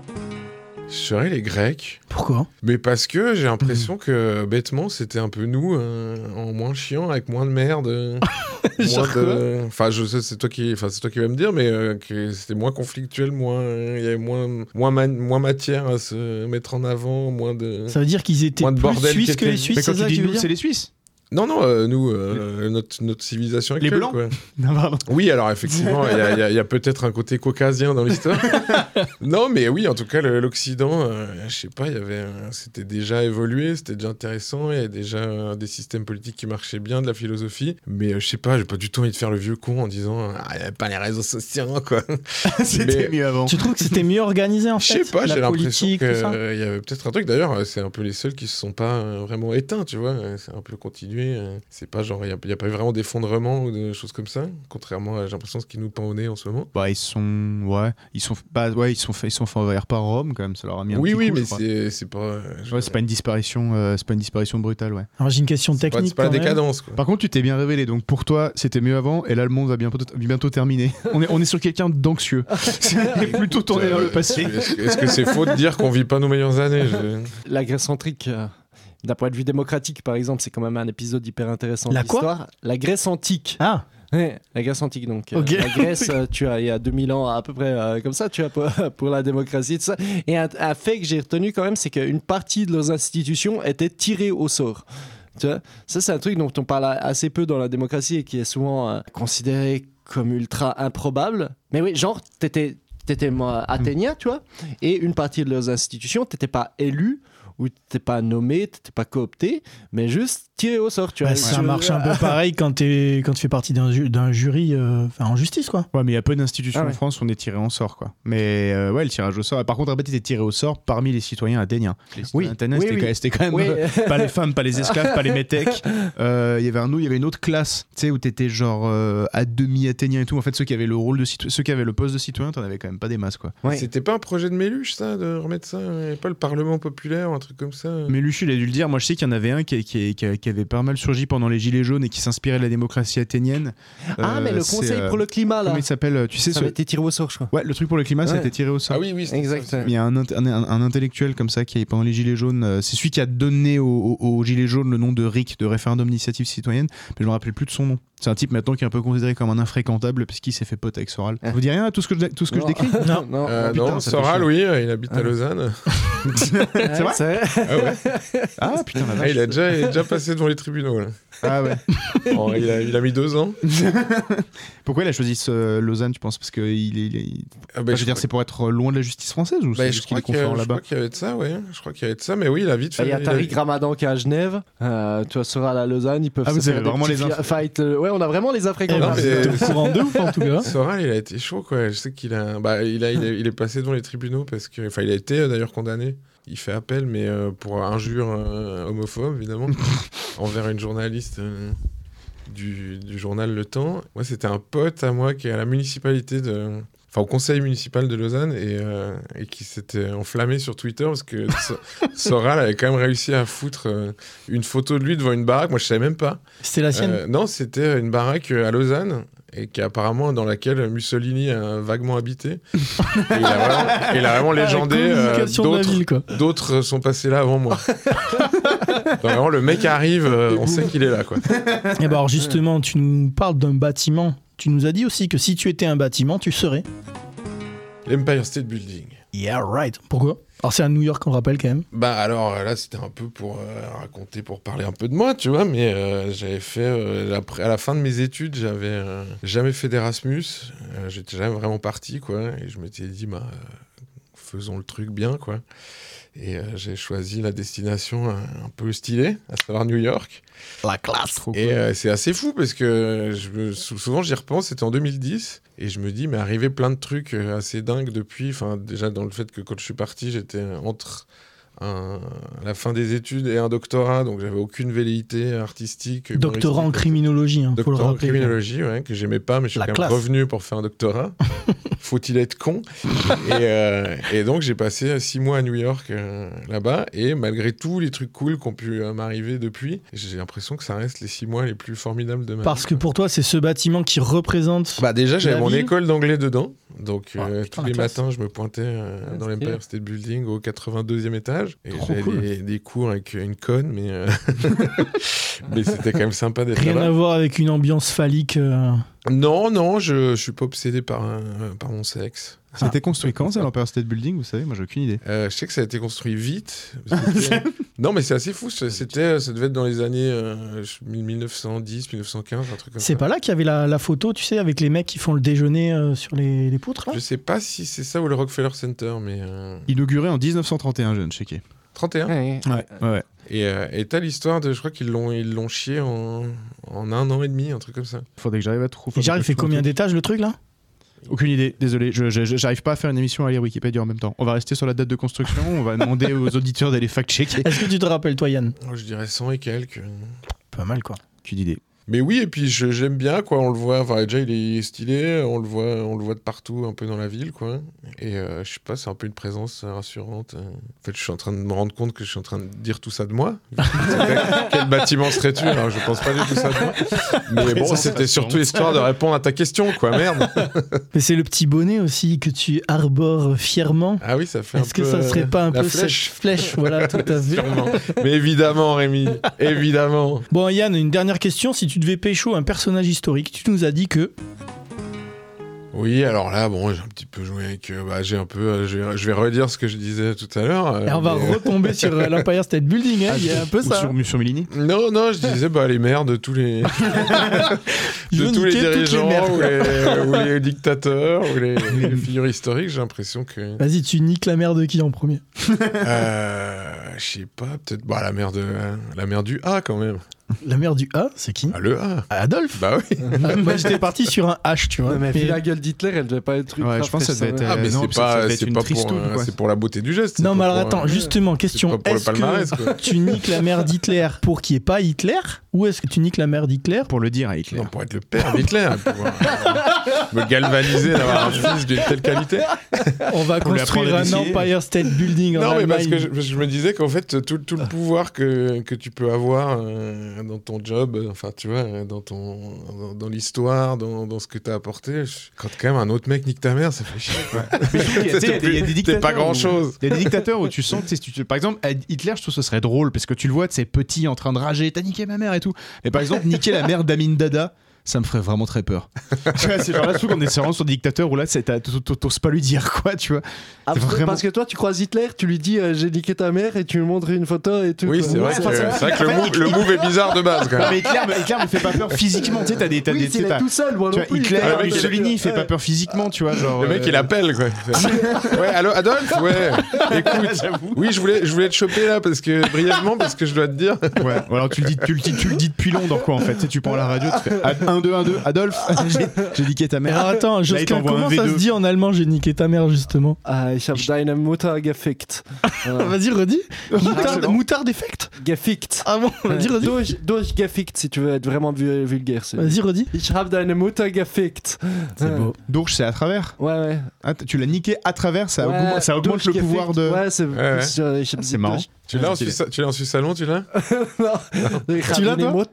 Je serais les Grecs. Pourquoi? Mais parce que j'ai l'impression que, bêtement, c'était un peu nous, en moins chiant, avec moins de merde. Genre Enfin, je sais, c'est toi qui vas me dire, mais que c'était moins conflictuel, il y avait moins matière à se mettre en avant, moins de... Ça veut dire qu'ils étaient Moins de plus bordel suisses que qu'était- les Suisses, Mais quand c'est ça tu que dis tu veux nous, dire? c'est les Suisses. Non, nous, notre civilisation actuelle. Blancs quoi. Non, pardon. Oui, alors effectivement, il y a peut-être un côté caucasien dans l'histoire. Non, mais oui, en tout cas, l'Occident, je sais pas, c'était déjà évolué, c'était déjà intéressant, il y avait déjà des systèmes politiques qui marchaient bien, de la philosophie. Mais je sais pas, j'ai pas du tout envie de faire le vieux con en disant il n'y avait pas les réseaux sociaux, quoi. C'était Mais- mieux avant. Tu trouves que c'était mieux organisé en Je fait? sais pas, la j'ai l'impression politique, qu'il tout ça y avait peut-être un truc. D'ailleurs, c'est un peu les seuls qui se sont pas vraiment éteints, tu vois. C'est un peu continué. C'est pas genre, il n'y a pas eu vraiment d'effondrement ou de choses comme ça. Contrairement à, j'ai l'impression, ce qui nous pend au nez en ce moment. Bah, ils sont fait envahir par Rome quand même, ça leur a mis un Oui, petit oui, coup, mais je crois. c'est pas. Ouais, c'est pas une disparition brutale, ouais. Alors j'ai une question technique. C'est pas la quand même. décadence, quoi. Par contre, tu t'es bien révélé, donc pour toi, c'était mieux avant, et là, le monde va bientôt terminer. On est sur quelqu'un d'anxieux. C'est plutôt tourné vers le passé. Est-ce que c'est faux de dire qu'on vit pas nos meilleures années La Grèce antique, d'un point de vue démocratique, par exemple, c'est quand même un épisode hyper intéressant La de quoi l'histoire. La Grèce antique. Ah, Ouais, la Grèce antique, donc. Ok. La Grèce, tu as, il y a 2000 ans, à peu près comme ça, tu as pour la démocratie, tout ça. Et un fait que j'ai retenu quand même, c'est qu'une partie de leurs institutions était tirée au sort. Tu vois, ça, c'est un truc dont on parle assez peu dans la démocratie et qui est souvent considéré comme ultra improbable. Mais oui, genre, t'étais athénien, tu vois, et une partie de leurs institutions, t'étais pas élu, ou t'étais pas nommé, t'étais pas coopté, mais juste tiré au sort, tu vois. bah, ça marche un peu pareil quand tu fais partie d'un jury en justice, quoi. Ouais, mais il y a peu d'institutions Ah ouais. en France où on est tiré en sort, quoi. Mais ouais, le tirage au sort. Par contre, Rabat était tiré au sort parmi les citoyens athéniens. Les citoyens athéniens, c'était quand même Oui. pas les femmes, pas les esclaves, pas les métèques. Il y avait une autre classe, tu sais, où t'étais genre à demi athénien et tout. En fait, ceux qui avaient le rôle de ceux qui avaient le poste de citoyen, t'en avais quand même pas des masses, quoi. Ouais. C'était pas un projet de Méluche, ça, de remettre ça? Et pas le Parlement populaire, un truc comme ça? Mais Luchu, il a dû le dire. Moi, je sais qu'il y en avait un qui avait pas mal surgi pendant les Gilets jaunes et qui s'inspirait de la démocratie athénienne. Mais le Conseil pour le climat, là, Comment il s'appelle? Tu sais, ça avait été tiré au sort, je crois. Ouais, le truc pour le climat, ça a Ouais. été tiré au sort. Ah oui, c'était Exact. ça. Il y a un intellectuel comme ça qui, pendant les Gilets jaunes, c'est celui qui a donné aux Gilets jaunes le nom de RIC, de référendum d'initiative citoyenne, mais je me rappelle plus de son nom. C'est un type maintenant qui est un peu considéré comme un infréquentable puisqu'il s'est fait pote avec Soral. Ça vous dit rien tout ce que je décris? Non. non. Non, ça fait Soral, chier. oui, il habite à Lausanne. C'est vrai? C'est vrai. Ah ouais. Ah putain la Ah, vache. il est déjà passé devant les tribunaux, là. Ah ouais. Bon, il a mis 2 ans. Pourquoi il a choisi Lausanne, tu penses? Parce que Ah, bah, je veux dire, c'est pour être loin de la justice française ou bah, c'est je juste qu'il crois est qu'il y, confort je là-bas? crois qu'il y avait de ça, ouais. Je crois qu'il y avait de ça, mais oui, il a vite fait. Il y a Tariq Ramadan qui est à Genève. Tu seras à Lausanne, ils peuvent Ah, se vous faire avez des vraiment petits les infos. fights. Ouais, on a vraiment les Eh infréquents. ben, non, mais- t'es au courant de ouf, en tout cas. Soral, il a été chaud, quoi. Je sais qu'il a, il est passé devant les tribunaux parce que, enfin, il a été d'ailleurs condamné. Il fait appel, mais pour injure homophobe, évidemment, envers une journaliste du journal Le Temps. Moi, c'était un pote à moi qui est à la municipalité de. au conseil municipal de Lausanne et qui s'était enflammé sur Twitter parce que Soral avait quand même réussi à foutre une photo de lui devant une baraque. Moi, je savais même pas. C'était la sienne Non, c'était une baraque à Lausanne et qui apparemment dans laquelle Mussolini a vaguement habité. Et il a vraiment légendé. Communication de la ville, quoi. D'autres sont passés là avant moi. Donc, vraiment, le mec arrive, on sait qu'il est là, quoi. Et bah alors justement, tu nous parles d'un bâtiment. Tu nous as dit aussi que si tu étais un bâtiment, tu serais... L'Empire State Building. Yeah, right. Pourquoi ? Alors c'est à New York, on rappelle quand même. Bah alors là, c'était un peu pour raconter, pour parler un peu de moi, tu vois, mais j'avais fait, à la fin de mes études, j'avais jamais fait d'Erasmus, j'étais jamais vraiment parti, quoi, et je m'étais dit, faisons le truc bien, quoi. Et j'ai choisi la destination un peu stylée, à savoir New York. La classe. Et c'est assez fou parce que souvent j'y repense, c'était en 2010. Et je me dis, mais arrivé plein de trucs assez dingues depuis. Enfin, déjà dans le fait que quand je suis parti, j'étais entre la fin des études et un doctorat, donc j'avais aucune velléité artistique. Doctorat en criminologie, hein, faut le doctorat en rappeler. criminologie, ouais, que j'aimais pas, mais je suis quand même revenu pour faire un doctorat. Faut-il être con ? Et donc j'ai passé 6 mois à New York là-bas, et malgré tous les trucs cool qui ont pu m'arriver depuis, j'ai l'impression que ça reste les 6 mois les plus formidables de ma vie. Parce que pour toi, c'est ce bâtiment qui représente... Bah déjà, j'avais mon ville. école d'anglais dedans, donc tous les classe. matins, je me pointais dans l'Empire State Building au 82e étage, et Trop j'avais cool. des cours avec une conne, mais, mais c'était quand même sympa d'être Rien là-bas. à voir avec une ambiance phallique. Non, je suis pas obsédé par mon sexe. Ça a été construit quand, ça, l'Empire State Building, vous savez? Moi, j'ai aucune idée. Je sais que ça a été construit vite. Non, mais c'est assez fou. Ça devait être dans les années 1910, 1915, un truc comme ça. C'est pas là qu'il y avait la photo, tu sais, avec les mecs qui font le déjeuner sur les poutres, là ? Je sais pas si c'est ça ou le Rockefeller Center, mais... Inauguré en 1931, jeune, checké. 31. Ouais. Et t'as l'histoire de... Je crois qu'ils l'ont chié en 1 an et demi, un truc comme ça. Faudrait que j'arrive à trouver. Et j'arrive, fait combien d'étages le truc, là ? Aucune idée, désolé, j'arrive pas à faire une émission à lire Wikipédia en même temps. On va rester sur la date de construction, on va demander aux auditeurs d'aller fact-checker. Est-ce que tu te rappelles, toi, Yann ? Je dirais 100 et quelques. Pas mal, quoi. Aucune idée. Mais oui, et puis j'aime bien, quoi. On le voit, enfin, déjà il est stylé, on le voit de partout, un peu dans la ville, quoi. Et je sais pas, c'est un peu une présence rassurante. En fait, je suis en train de me rendre compte que je suis en train de dire tout ça de moi. Quel bâtiment serais-tu ? Alors, je pense pas du tout ça de moi. Mais bon, c'était surtout histoire de répondre à ta question, quoi. Merde. Mais c'est le petit bonnet aussi que tu arbores fièrement. Ah oui, ça fait Est-ce que ça serait pas un peu cette flèche ? Voilà, tout à fait. Sûrement. Mais évidemment, Rémi, évidemment. Bon, Yann, une dernière question. Si tu devais pécho un personnage historique, tu nous as dit que... Oui, alors là, bon, j'ai un petit peu joué avec... je vais redire ce que je disais tout à l'heure. Et on va retomber sur l'Empire State Building, hein, il y a un peu ça. Ou sur Millini. Non, je disais les maires de tous les... de tous les dirigeants, ou les dictateurs, ou les figures historiques, j'ai l'impression que... Vas-y, tu niques la mère de qui en premier ? Je sais pas, peut-être... la mère du A, quand même. La mère du A, c'est qui ? Le A. Adolphe ? Bah oui. Moi, j'étais parti sur un H, tu vois. Mais la gueule d'Hitler, elle devait pas être... Ouais, je pense que ça devait être... Ah, mais non, c'est pas pour... C'est pour la beauté du geste. Non, mais alors attends, justement, question. C'est pas pour le Est-ce palmarès, que quoi. tu niques la mère d'Hitler pour qu'il n'y ait pas Hitler ? Ou est-ce que tu niques la mère d'Hitler Pour le dire à Hitler. Non, pour être le père d'Hitler, pouvoir me galvaniser d'avoir un fils d'une telle qualité. On va construire un Empire State Building en Non, mais parce Allemagne. que je me disais qu'en fait, tout le pouvoir que tu peux avoir dans ton job, enfin, tu vois, dans l'histoire, dans ce que t'as apporté, quand quand même un autre mec nique ta mère, ça fait chier, quoi. Il y a des dictateurs. C'est pas grand-chose. Il y a des dictateurs où tu sens, par exemple, Hitler, je trouve que ce serait drôle parce que tu le vois, c'est petit en train de rager, t'as niqué ma mère et tout. Mais par exemple, niquer la mère d'Amin Dada, ça me ferait vraiment très peur. Tu vois, c'est genre là, je trouve qu'on est vraiment sur des dictateurs où là, t'oses pas lui dire quoi, tu vois. Vraiment... Parce que toi, tu croises Hitler, tu lui dis j'ai niqué ta mère et tu lui montres une photo et tout. Oui, c'est vrai que le move est bizarre de base, quand même. Mais Hitler me fait pas peur physiquement, tu sais, t'as des il est tout seul, moi non plus. Hitler, Mussolini, il fait pas peur physiquement, tu vois, genre. Le mec, il appelle, quoi. Ouais, allô, Adolphe? Ouais. Écoute, oui, je voulais te choper là, brièvement, parce que je dois te dire. Ouais, alors tu le dis depuis Londres, quoi, en fait. Tu prends la radio, tu fais 1-2, Adolphe, j'ai niqué ta mère. Alors attends, Là, il Josquin, t'envoie comment un ça V2. se dit en allemand? J'ai niqué ta mère justement. Ah, ich hab deine Mutter gefickt. Voilà. Vas-y, redis. Excellent. Moutarde effect. Gefickt. Ah bon, vas-y, redis. Durchgefickt, si tu veux être vraiment vulgaire. Vas-y, redis. Ich hab deine Mutter gefickt. C'est beau. Durch, c'est à travers. Ouais. Ah, tu l'as niqué à travers, ça Ouais, augmente le pouvoir de. Ouais, c'est Ouais. C'est marrant. Tu l'as en Suisse allemand, tu l'as Tu l'as, toi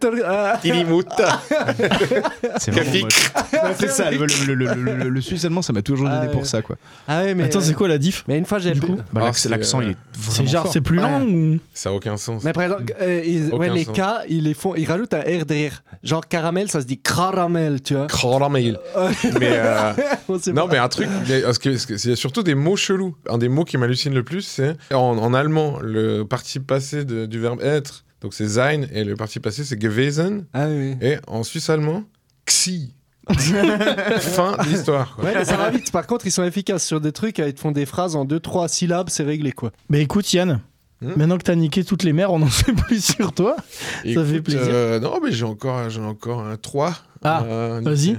C'est vraiment moche. Ouais, c'est ça, le suisse allemand, ça m'a toujours gêné pour ça, quoi. Ah ouais, mais. Attends, c'est quoi la diff? Mais une fois, j'ai. Du coup Bah, Ah, c'est, l'accent, il est C'est vraiment genre, fort. c'est plus lent ou. Ça a aucun sens. Mais par exemple, Aucun les sens. K, ils rajoutent un R derrière. Genre caramel, ça se dit caramel, tu vois. Caramel. Mais On sait non, pas. mais un truc, parce que c'est surtout des mots chelous. Un des mots qui m'hallucine le plus, c'est en allemand, le participe passé du verbe être, donc c'est sein, et le participe passé, c'est gewesen, Ah oui. et en suisse allemand, xi. Fin de l'histoire, quoi. Ouais, mais ça va vite. Par contre, ils sont efficaces sur des trucs, ils te font des phrases en 2-3 syllabes, c'est réglé, quoi. Bah écoute, Yann. Maintenant que t'as niqué toutes les mères, on en sait plus sur toi. Ça fait plaisir. Non, mais j'ai encore un 3. Ah, vas-y.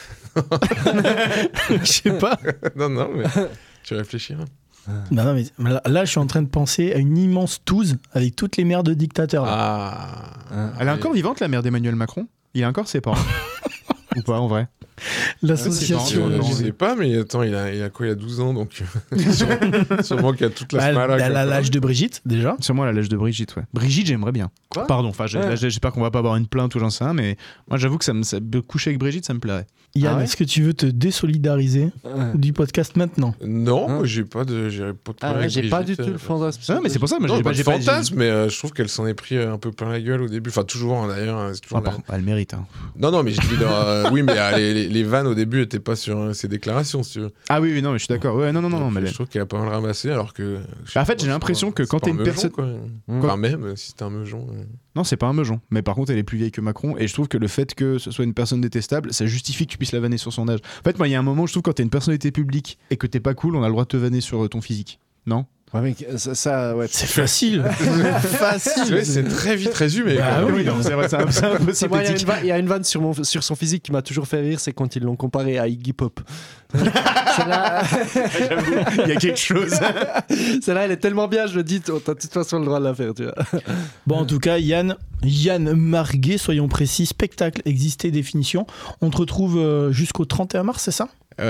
Je sais pas. non, mais tu réfléchis. Hein. Non, mais là, je suis en train de penser à une immense touze avec toutes les mères de dictateurs. Là. Ah. Elle est encore vivante, la mère d'Emmanuel Macron? Il a encore ses parents? Ou pas, en vrai? L'association. Je sais pas, mais attends, il a quoi? Il a 12 ans, donc sûrement qu'il y a toute la Elle smala. a l'âge de Brigitte, déjà. Sûrement à l'âge de Brigitte, ouais. Brigitte, j'aimerais bien. Quoi? Pardon, enfin, Ouais. j'espère qu'on va pas avoir une plainte ou j'en sais rien, mais moi, j'avoue que coucher avec Brigitte, ça me plairait. Yann, Ah ouais est-ce que tu veux te désolidariser du podcast maintenant? Non, Hein? moi, j'ai pas de Ah problème. ouais, avec j'ai pas du Brigitte, tout le fantasme. Ah, mais c'est pour ça, moi, Non, j'ai pas pas de j'ai fantasme, mais je trouve qu'elle s'en est pris un peu plein la gueule au début. Enfin, toujours, hein, d'ailleurs. C'est toujours Elle mérite, hein. Non, mais je dis, oui, mais les vannes au début n'étaient pas sur ses déclarations, si tu veux. Ah oui, non, mais je suis d'accord. Ouais, non, Donc, mais je trouve qu'elle a pas mal ramassé, alors que. En fait, j'ai l'impression que quand t'es une personne. Enfin, même si t'es un meujon. Non, c'est pas un meujon. Mais par contre, elle est plus vieille que Macron. Et je trouve que le fait que ce soit une personne détestable, ça justifie que tu puisses la vanner sur son âge. En fait, moi, il y a un moment, je trouve, quand t'es une personnalité publique et que t'es pas cool, on a le droit de te vanner sur ton physique. Non? Ouais, mais ouais. C'est facile. Facile. Ouais, c'est très vite résumé. Bah quoi. oui, non, c'est vrai, c'est un peu C'est moi, synthétique. il y a une vanne sur son physique qui m'a toujours fait rire, c'est quand ils l'ont comparé à Iggy Pop. Celle-là, Il y a quelque chose. celle-là, elle est tellement bien, je me dis, t'as de toute façon le droit de la faire, tu vois. Bon, en tout cas, Yann Marguet, soyons précis, spectacle, existé, définition. On te retrouve jusqu'au 31 mars, c'est ça?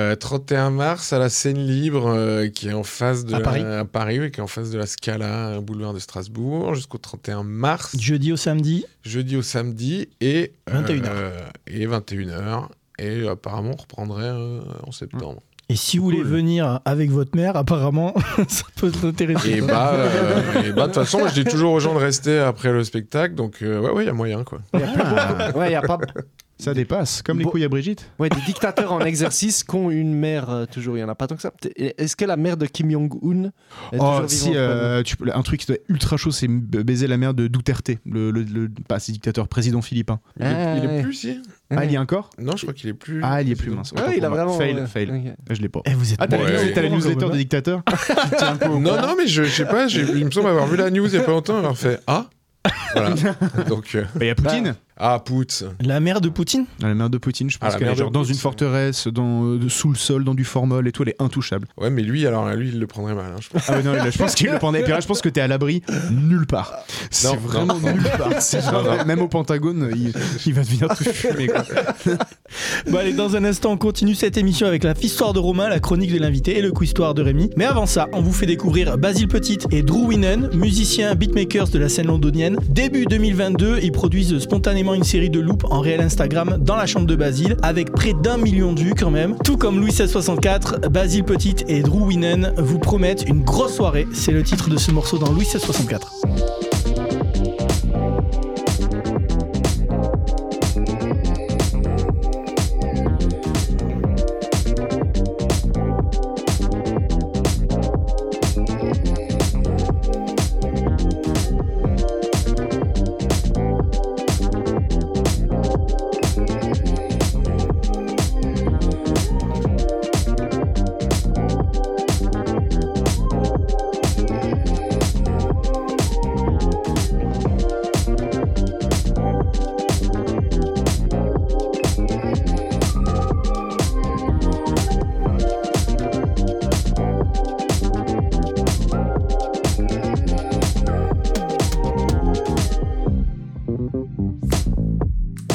31 mars à la Seine Libre, qui est en face de À Paris. oui, qui est en face de la Scala, boulevard de Strasbourg, jusqu'au 31 mars, Jeudi au samedi. jeudi au samedi, et 21h. Et 21h. Et apparemment, on reprendrait en septembre. Et si vous voulez venir avec votre mère, apparemment, ça peut t'intéresser. Et bah, de toute façon, je dis toujours aux gens de rester après le spectacle, donc ouais, il y a moyen, quoi. Ouais, il y a pas. Ça dépasse, comme les couilles à Brigitte. Ouais, des dictateurs en exercice qui ont une mère toujours, il y en a pas tant que ça. Est-ce que la mère de Kim Jong-un est toujours Si, vivante? un truc qui doit être ultra chaud, c'est baiser la mère de Duterte, pas c'est dictateur, président philippin. Il est plus, si. Ah, il y a encore? Non, je crois qu'il est plus. Ah, il est plus mince. Ouais, il a vraiment. Fail. Ok. Je l'ai pas. Eh, vous êtes Ah, t'as Ouais, la ouais. newsletter des dictateurs? Tu tiens un peu au Non, mais je sais pas, il me semble avoir vu la news il y a pas longtemps, avoir fait Ah voilà. Donc, Bah, il y a Poutine. Poutine. La mère de Poutine? La mère de Poutine, je pense la qu'elle est mère de genre dans une Poutine. forteresse, sous le sol, dans du formol et tout, elle est intouchable. Ouais, mais lui, il le prendrait mal. Hein, je pense. Ah ouais, non, je pense qu'il le prendrait. Et puis là, je pense que t'es à l'abri nulle part. C'est Non, vraiment non. nulle part. C'est genre, même au Pentagone, il va devenir tout fumé, quoi. Bon, allez, dans un instant, on continue cette émission avec la Histoire de Romain, la chronique de l'invité et le Quiztoire de Rémi. Mais avant ça, on vous fait découvrir Basile Petit et Drew Winen, musiciens beatmakers de la scène londonienne. Début 2022, ils produisent spontanément une série de loops en réel Instagram dans la chambre de Basile, avec près d'1 million de vues quand même. Tout comme Louis 1664, Basile Petit et Drew Winen vous promettent une grosse soirée. C'est le titre de ce morceau dans Louis 1664.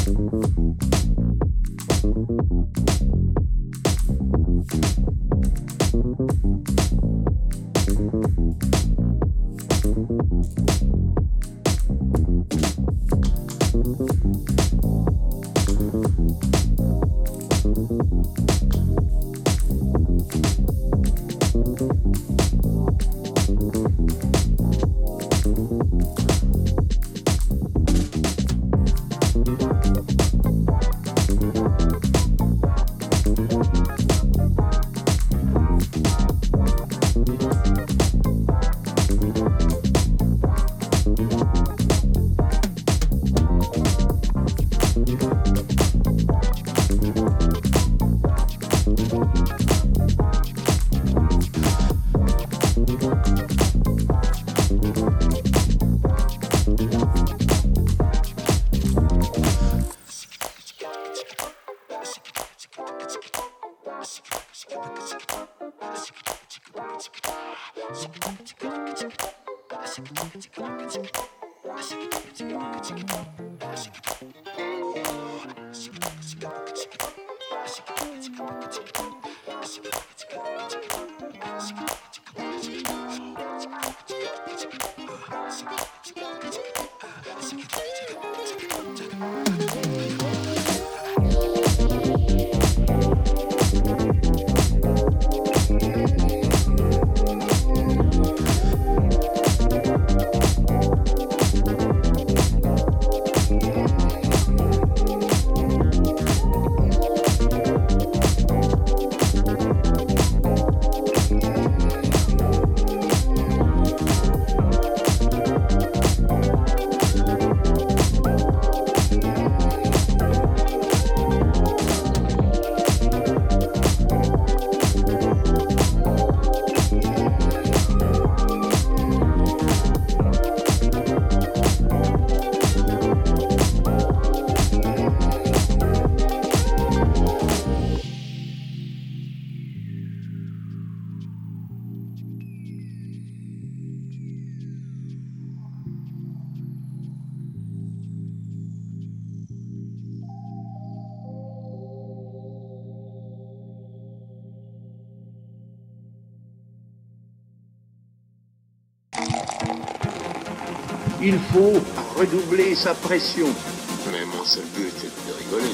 Il faut redoubler sa pression. Mais mon seul but est de rigoler.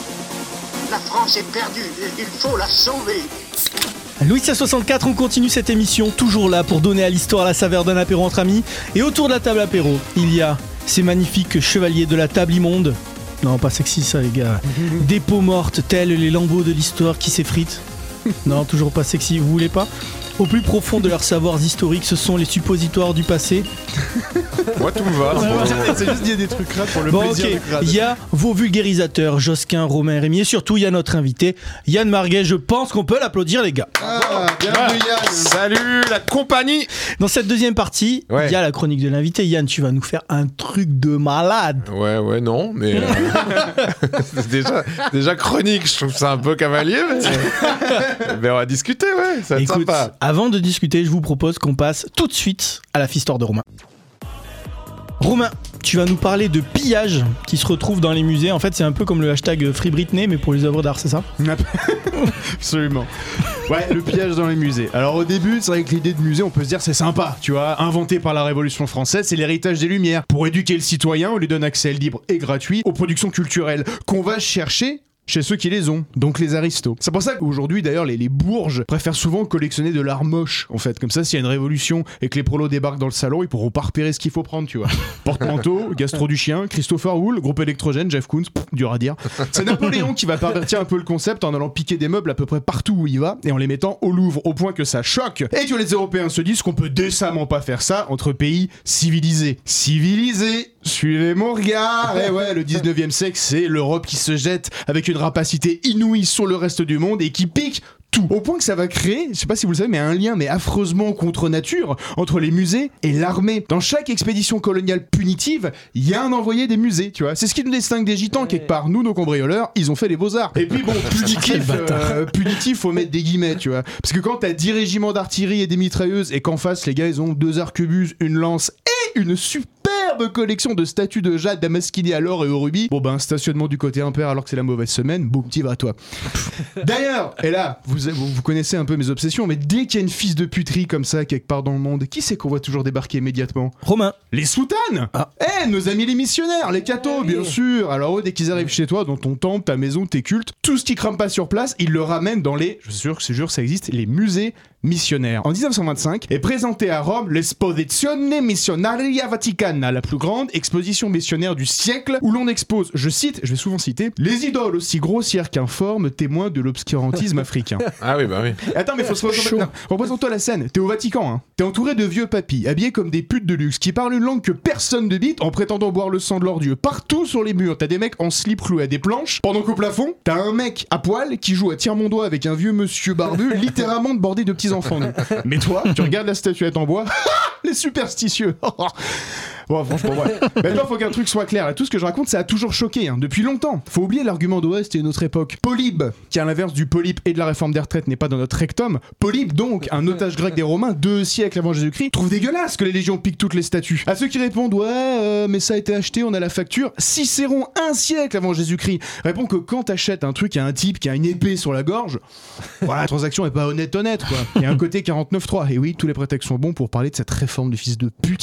La France est perdue. Il faut la sauver. Louis à 64, on continue cette émission, toujours là pour donner à l'histoire la saveur d'un apéro entre amis. Et autour de la table apéro, il y a ces magnifiques chevaliers de la table immonde. Non, pas sexy ça les gars. Des peaux mortes, telles les lambeaux de l'histoire qui s'effritent. Non, toujours pas sexy, vous voulez pas ? Au plus profond de leurs savoirs historiques, ce sont les suppositoires du passé. Moi, tout me va. C'est juste dire des trucs crades pour le Bon, plaisir ok, de crade. il y a vos vulgarisateurs, Josquin, Romain, Rémi, et surtout il y a notre invité, Yann Marguet. Je pense qu'on peut l'applaudir les gars. Ah, bienvenue Yann. Salut la compagnie. Dans cette deuxième partie, Ouais. il y a la chronique de l'invité. Yann, tu vas nous faire un truc de malade. Ouais, non, mais déjà chronique, je trouve ça un peu cavalier, mais on va discuter, ouais, ça va être Écoute, sympa. avant de discuter, je vous propose qu'on passe tout de suite à la fistoire de Romain. Romain, tu vas nous parler de pillage qui se retrouve dans les musées. En fait, c'est un peu comme le hashtag Free Britney, mais pour les œuvres d'art, c'est ça ? Absolument. Ouais, le pillage dans les musées. Alors au début, c'est vrai que l'idée de musée, on peut se dire c'est sympa, tu vois, inventé par la Révolution française, c'est l'héritage des Lumières. Pour éduquer le citoyen, on lui donne accès libre et gratuit aux productions culturelles qu'on va chercher chez ceux qui les ont, donc les aristos. C'est pour ça qu'aujourd'hui, d'ailleurs, les bourges préfèrent souvent collectionner de l'art moche, en fait. Comme ça, s'il y a une révolution et que les prolos débarquent dans le salon, ils pourront pas repérer ce qu'il faut prendre, tu vois. Porte-manteau, gastro du chien, Christopher Wool, groupe électrogène, Jeff Koons, dur à dire. C'est Napoléon qui va pervertir un peu le concept en allant piquer des meubles à peu près partout où il va et en les mettant au Louvre, au point que ça choque. Et que les Européens se disent qu'on peut décemment pas faire ça entre pays civilisés. Civilisés, suivez mon regard. Et ouais, le 19e siècle, c'est l'Europe qui se jette avec une rapacité inouïe sur le reste du monde et qui pique tout. Au point que ça va créer, je sais pas si vous le savez, mais un lien affreusement contre nature entre les musées et l'armée. Dans chaque expédition coloniale punitive, il y a un envoyé des musées, tu vois. C'est ce qui nous distingue des gitans, quelque part. Nous, nos cambrioleurs, ils ont fait les beaux-arts. Et puis bon, punitif, faut mettre des guillemets, tu vois. Parce que quand t'as 10 régiments d'artillerie et des mitrailleuses et qu'en face, les gars, ils ont 2 arquebuses, une lance et une superbe superbe collection de statues de jade damasquinées à l'or et au rubis. Bon ben, stationnement du côté impair alors que c'est la mauvaise semaine, boum, t'y vas toi. D'ailleurs, et là, vous connaissez un peu mes obsessions, mais dès qu'il y a une fils de puterie comme ça quelque part dans le monde, qui c'est qu'on voit toujours débarquer immédiatement? Romain. Les soutanes. Nos amis les missionnaires, les cathos, bien sûr. Alors eux, dès qu'ils arrivent chez toi, dans ton temple, ta maison, tes cultes, tout ce qui crame pas sur place, ils le ramènent dans les, je jure ça existe, les musées missionnaires. En 1925 est présentée à Rome l'Esposizione Missionaria Vaticana, la plus grande exposition missionnaire du siècle, où l'on expose, je cite, je vais souvent citer, les idoles aussi grossières qu'informes, témoins de l'obscurantisme africain. Ah oui, bah oui. Attends, mais faut se représente-toi la scène. T'es au Vatican, hein. T'es entouré de vieux papis, habillés comme des putes de luxe, qui parlent une langue que personne ne bite en prétendant boire le sang de leur dieu. Partout sur les murs, t'as des mecs en slip cloués à des planches, pendant qu'au plafond, t'as un mec à poil qui joue à tire-mon-doigt avec un vieux monsieur barbu, littéralement bordé de petits enfants nus. Mais toi, tu regardes la statuette en bois, les superstitieux. Bon, franchement, ouais. Maintenant, faut qu'un truc soit clair. Là, tout ce que je raconte, ça a toujours choqué, hein, depuis longtemps. Faut oublier l'argument d'Ouest, c'était une autre époque. Polybe, qui à l'inverse du polype et de la réforme des retraites n'est pas dans notre rectum. Polybe, donc, un otage grec des Romains, 2 siècles avant Jésus-Christ, trouve dégueulasse que les légions piquent toutes les statues. À ceux qui répondent, ouais, mais ça a été acheté, on a la facture. Cicéron, 1 siècle avant Jésus-Christ, répond que quand t'achètes un truc à un type qui a une épée sur la gorge, voilà, la transaction est pas honnête, quoi. Il y a un côté 49.3. Et oui, tous les prétextes sont bons pour parler de cette réforme de fils de pute.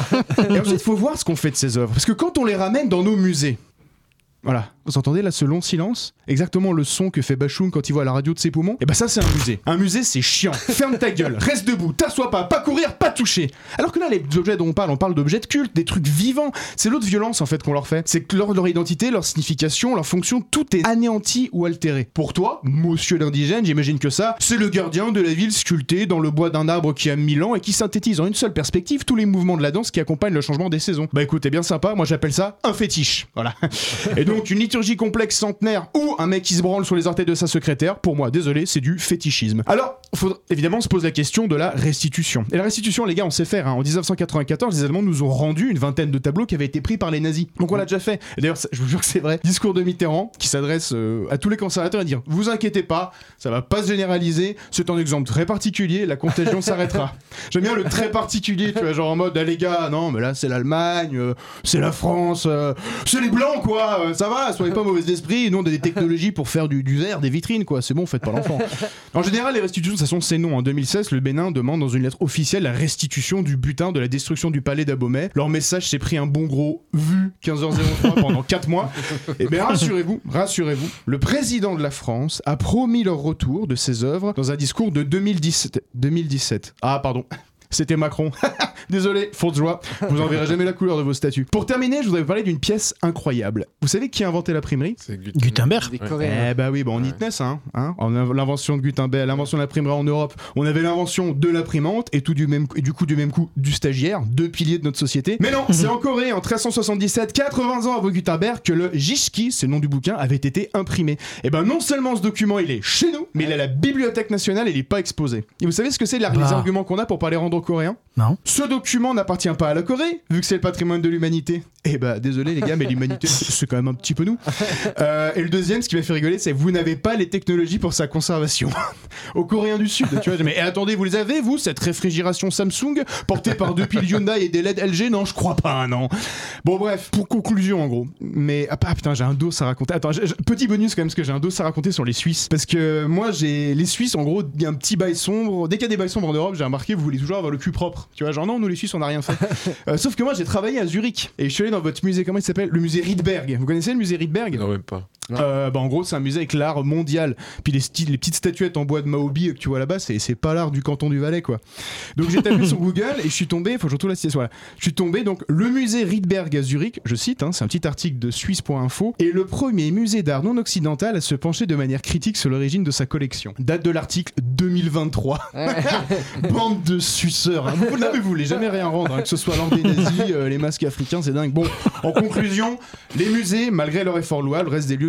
Et ensuite, faut voir ce qu'on fait de ces œuvres. Parce que quand on les ramène dans nos musées, voilà, vous entendez là ce long silence? Exactement le son que fait Bachoum quand il voit la radio de ses poumons. Et bah ça c'est un musée. Un musée c'est chiant. Ferme ta gueule, reste debout, t'assois pas courir, pas toucher. Alors que là les objets dont on parle d'objets de culte, des trucs vivants. C'est l'autre violence en fait qu'on leur fait. C'est que leur identité, leur signification, leur fonction, tout est anéanti ou altéré. Pour toi, monsieur l'indigène, j'imagine que ça, c'est le gardien de la ville sculpté dans le bois d'un arbre qui a 1000 ans et qui synthétise en une seule perspective tous les mouvements de la danse qui accompagnent le changement des saisons. Bah écoute, c'est bien sympa, moi j'appelle ça un fétiche. Voilà. Et donc une liturgie complexe centenaire ou un mec qui se branle sur les orteils de sa secrétaire, pour moi, désolé, c'est du fétichisme. Alors, faut évidemment se pose la question de la restitution. Et la restitution, les gars, on sait faire. Hein. En 1994, les Allemands nous ont rendu une vingtaine de tableaux qui avaient été pris par les nazis. Donc on l'a déjà fait. Et d'ailleurs, je vous jure que c'est vrai. Discours de Mitterrand qui s'adresse à tous les conservateurs et dire vous inquiétez pas, ça va pas se généraliser. C'est un exemple très particulier. La contagion s'arrêtera. J'aime bien le très particulier, tu vois, genre en mode ah, les gars, non, mais là c'est l'Allemagne, c'est la France, c'est les blancs quoi. Ça va, soyez pas mauvais d'esprit. Nous on a des technologies pour faire du verre, des vitrines quoi. C'est bon, faites pas l'enfant. En général, les restitutions, de toute façon, c'est non. En 2016, le Bénin demande dans une lettre officielle la restitution du butin de la destruction du palais d'Abomey. Leur message s'est pris un bon gros vu 15h03 pendant 4 mois. Et bien rassurez-vous, le président de la France a promis leur retour de ces œuvres dans un discours de 2017. Ah pardon. C'était Macron. Désolé, faute de joie. Vous en verrez jamais la couleur de vos statues. Pour terminer, je voudrais vous parler d'une pièce incroyable. Vous savez qui a inventé l'imprimerie? C'est Gutenberg. Ouais. Eh bah oui, on y tenait ça. Hein. L'invention de Gutenberg, l'invention de l'imprimerie en Europe. On avait l'invention de l'imprimante et du même coup du stagiaire, 2 piliers de notre société. Mais non, c'est en Corée, en 1377, 80 ans avant Gutenberg, que le Jishki, c'est le nom du bouquin, avait été imprimé. Et ben non seulement ce document il est chez nous, mais il est à la Bibliothèque nationale et il est pas exposé. Et vous savez ce que c'est les arguments qu'on a pour pas les rendre coréens? Non. Ce document n'appartient pas à la Corée, vu que c'est le patrimoine de l'humanité. Eh bah désolé les gars, mais l'humanité c'est quand même un petit peu nous. Et le deuxième, ce qui m'a fait rigoler, c'est vous n'avez pas les technologies pour sa conservation. Aux Coréens du Sud, tu vois. Mais attendez, vous les avez vous, cette réfrigération Samsung portée par 2 piles Hyundai et des LED LG? Non, je crois pas, non. Bon bref, pour conclusion en gros. Mais putain, j'ai un dos à raconter. Attends, petit bonus quand même, parce que j'ai un dos à raconter sur les Suisses. Parce que moi les Suisses, en gros, il y a un petit bail sombre. Dès qu'il y a des bails sombres en Europe, j'ai remarqué, vous voulez toujours avoir le cul propre. Tu vois, genre non, nous les Suisses on n'a rien fait. Sauf que moi j'ai travaillé à Zurich et je suis allé dans votre musée, comment il s'appelle? Le musée Rydberg. Vous connaissez le musée Rydberg? Non, même pas. En gros c'est un musée avec l'art mondial. Puis les petites statuettes en bois de Maobi que tu vois là-bas, c'est pas l'art du canton du Valais quoi. Donc j'ai tapé sur Google et je suis tombé, faut que je retrouve la citation, voilà. Je suis tombé donc le musée Rydberg à Zurich, je cite, hein, c'est un petit article de Suisse.info, est le premier musée d'art non occidental à se pencher de manière critique sur l'origine de sa collection. Date de l'article 2023. Bande de suceurs, hein. Vous voulez jamais rien rendre, hein, que ce soit l'ordre des nazis, les masques africains, c'est dingue. Bon, en conclusion, les musées, malgré leur effort louable, restent des lieux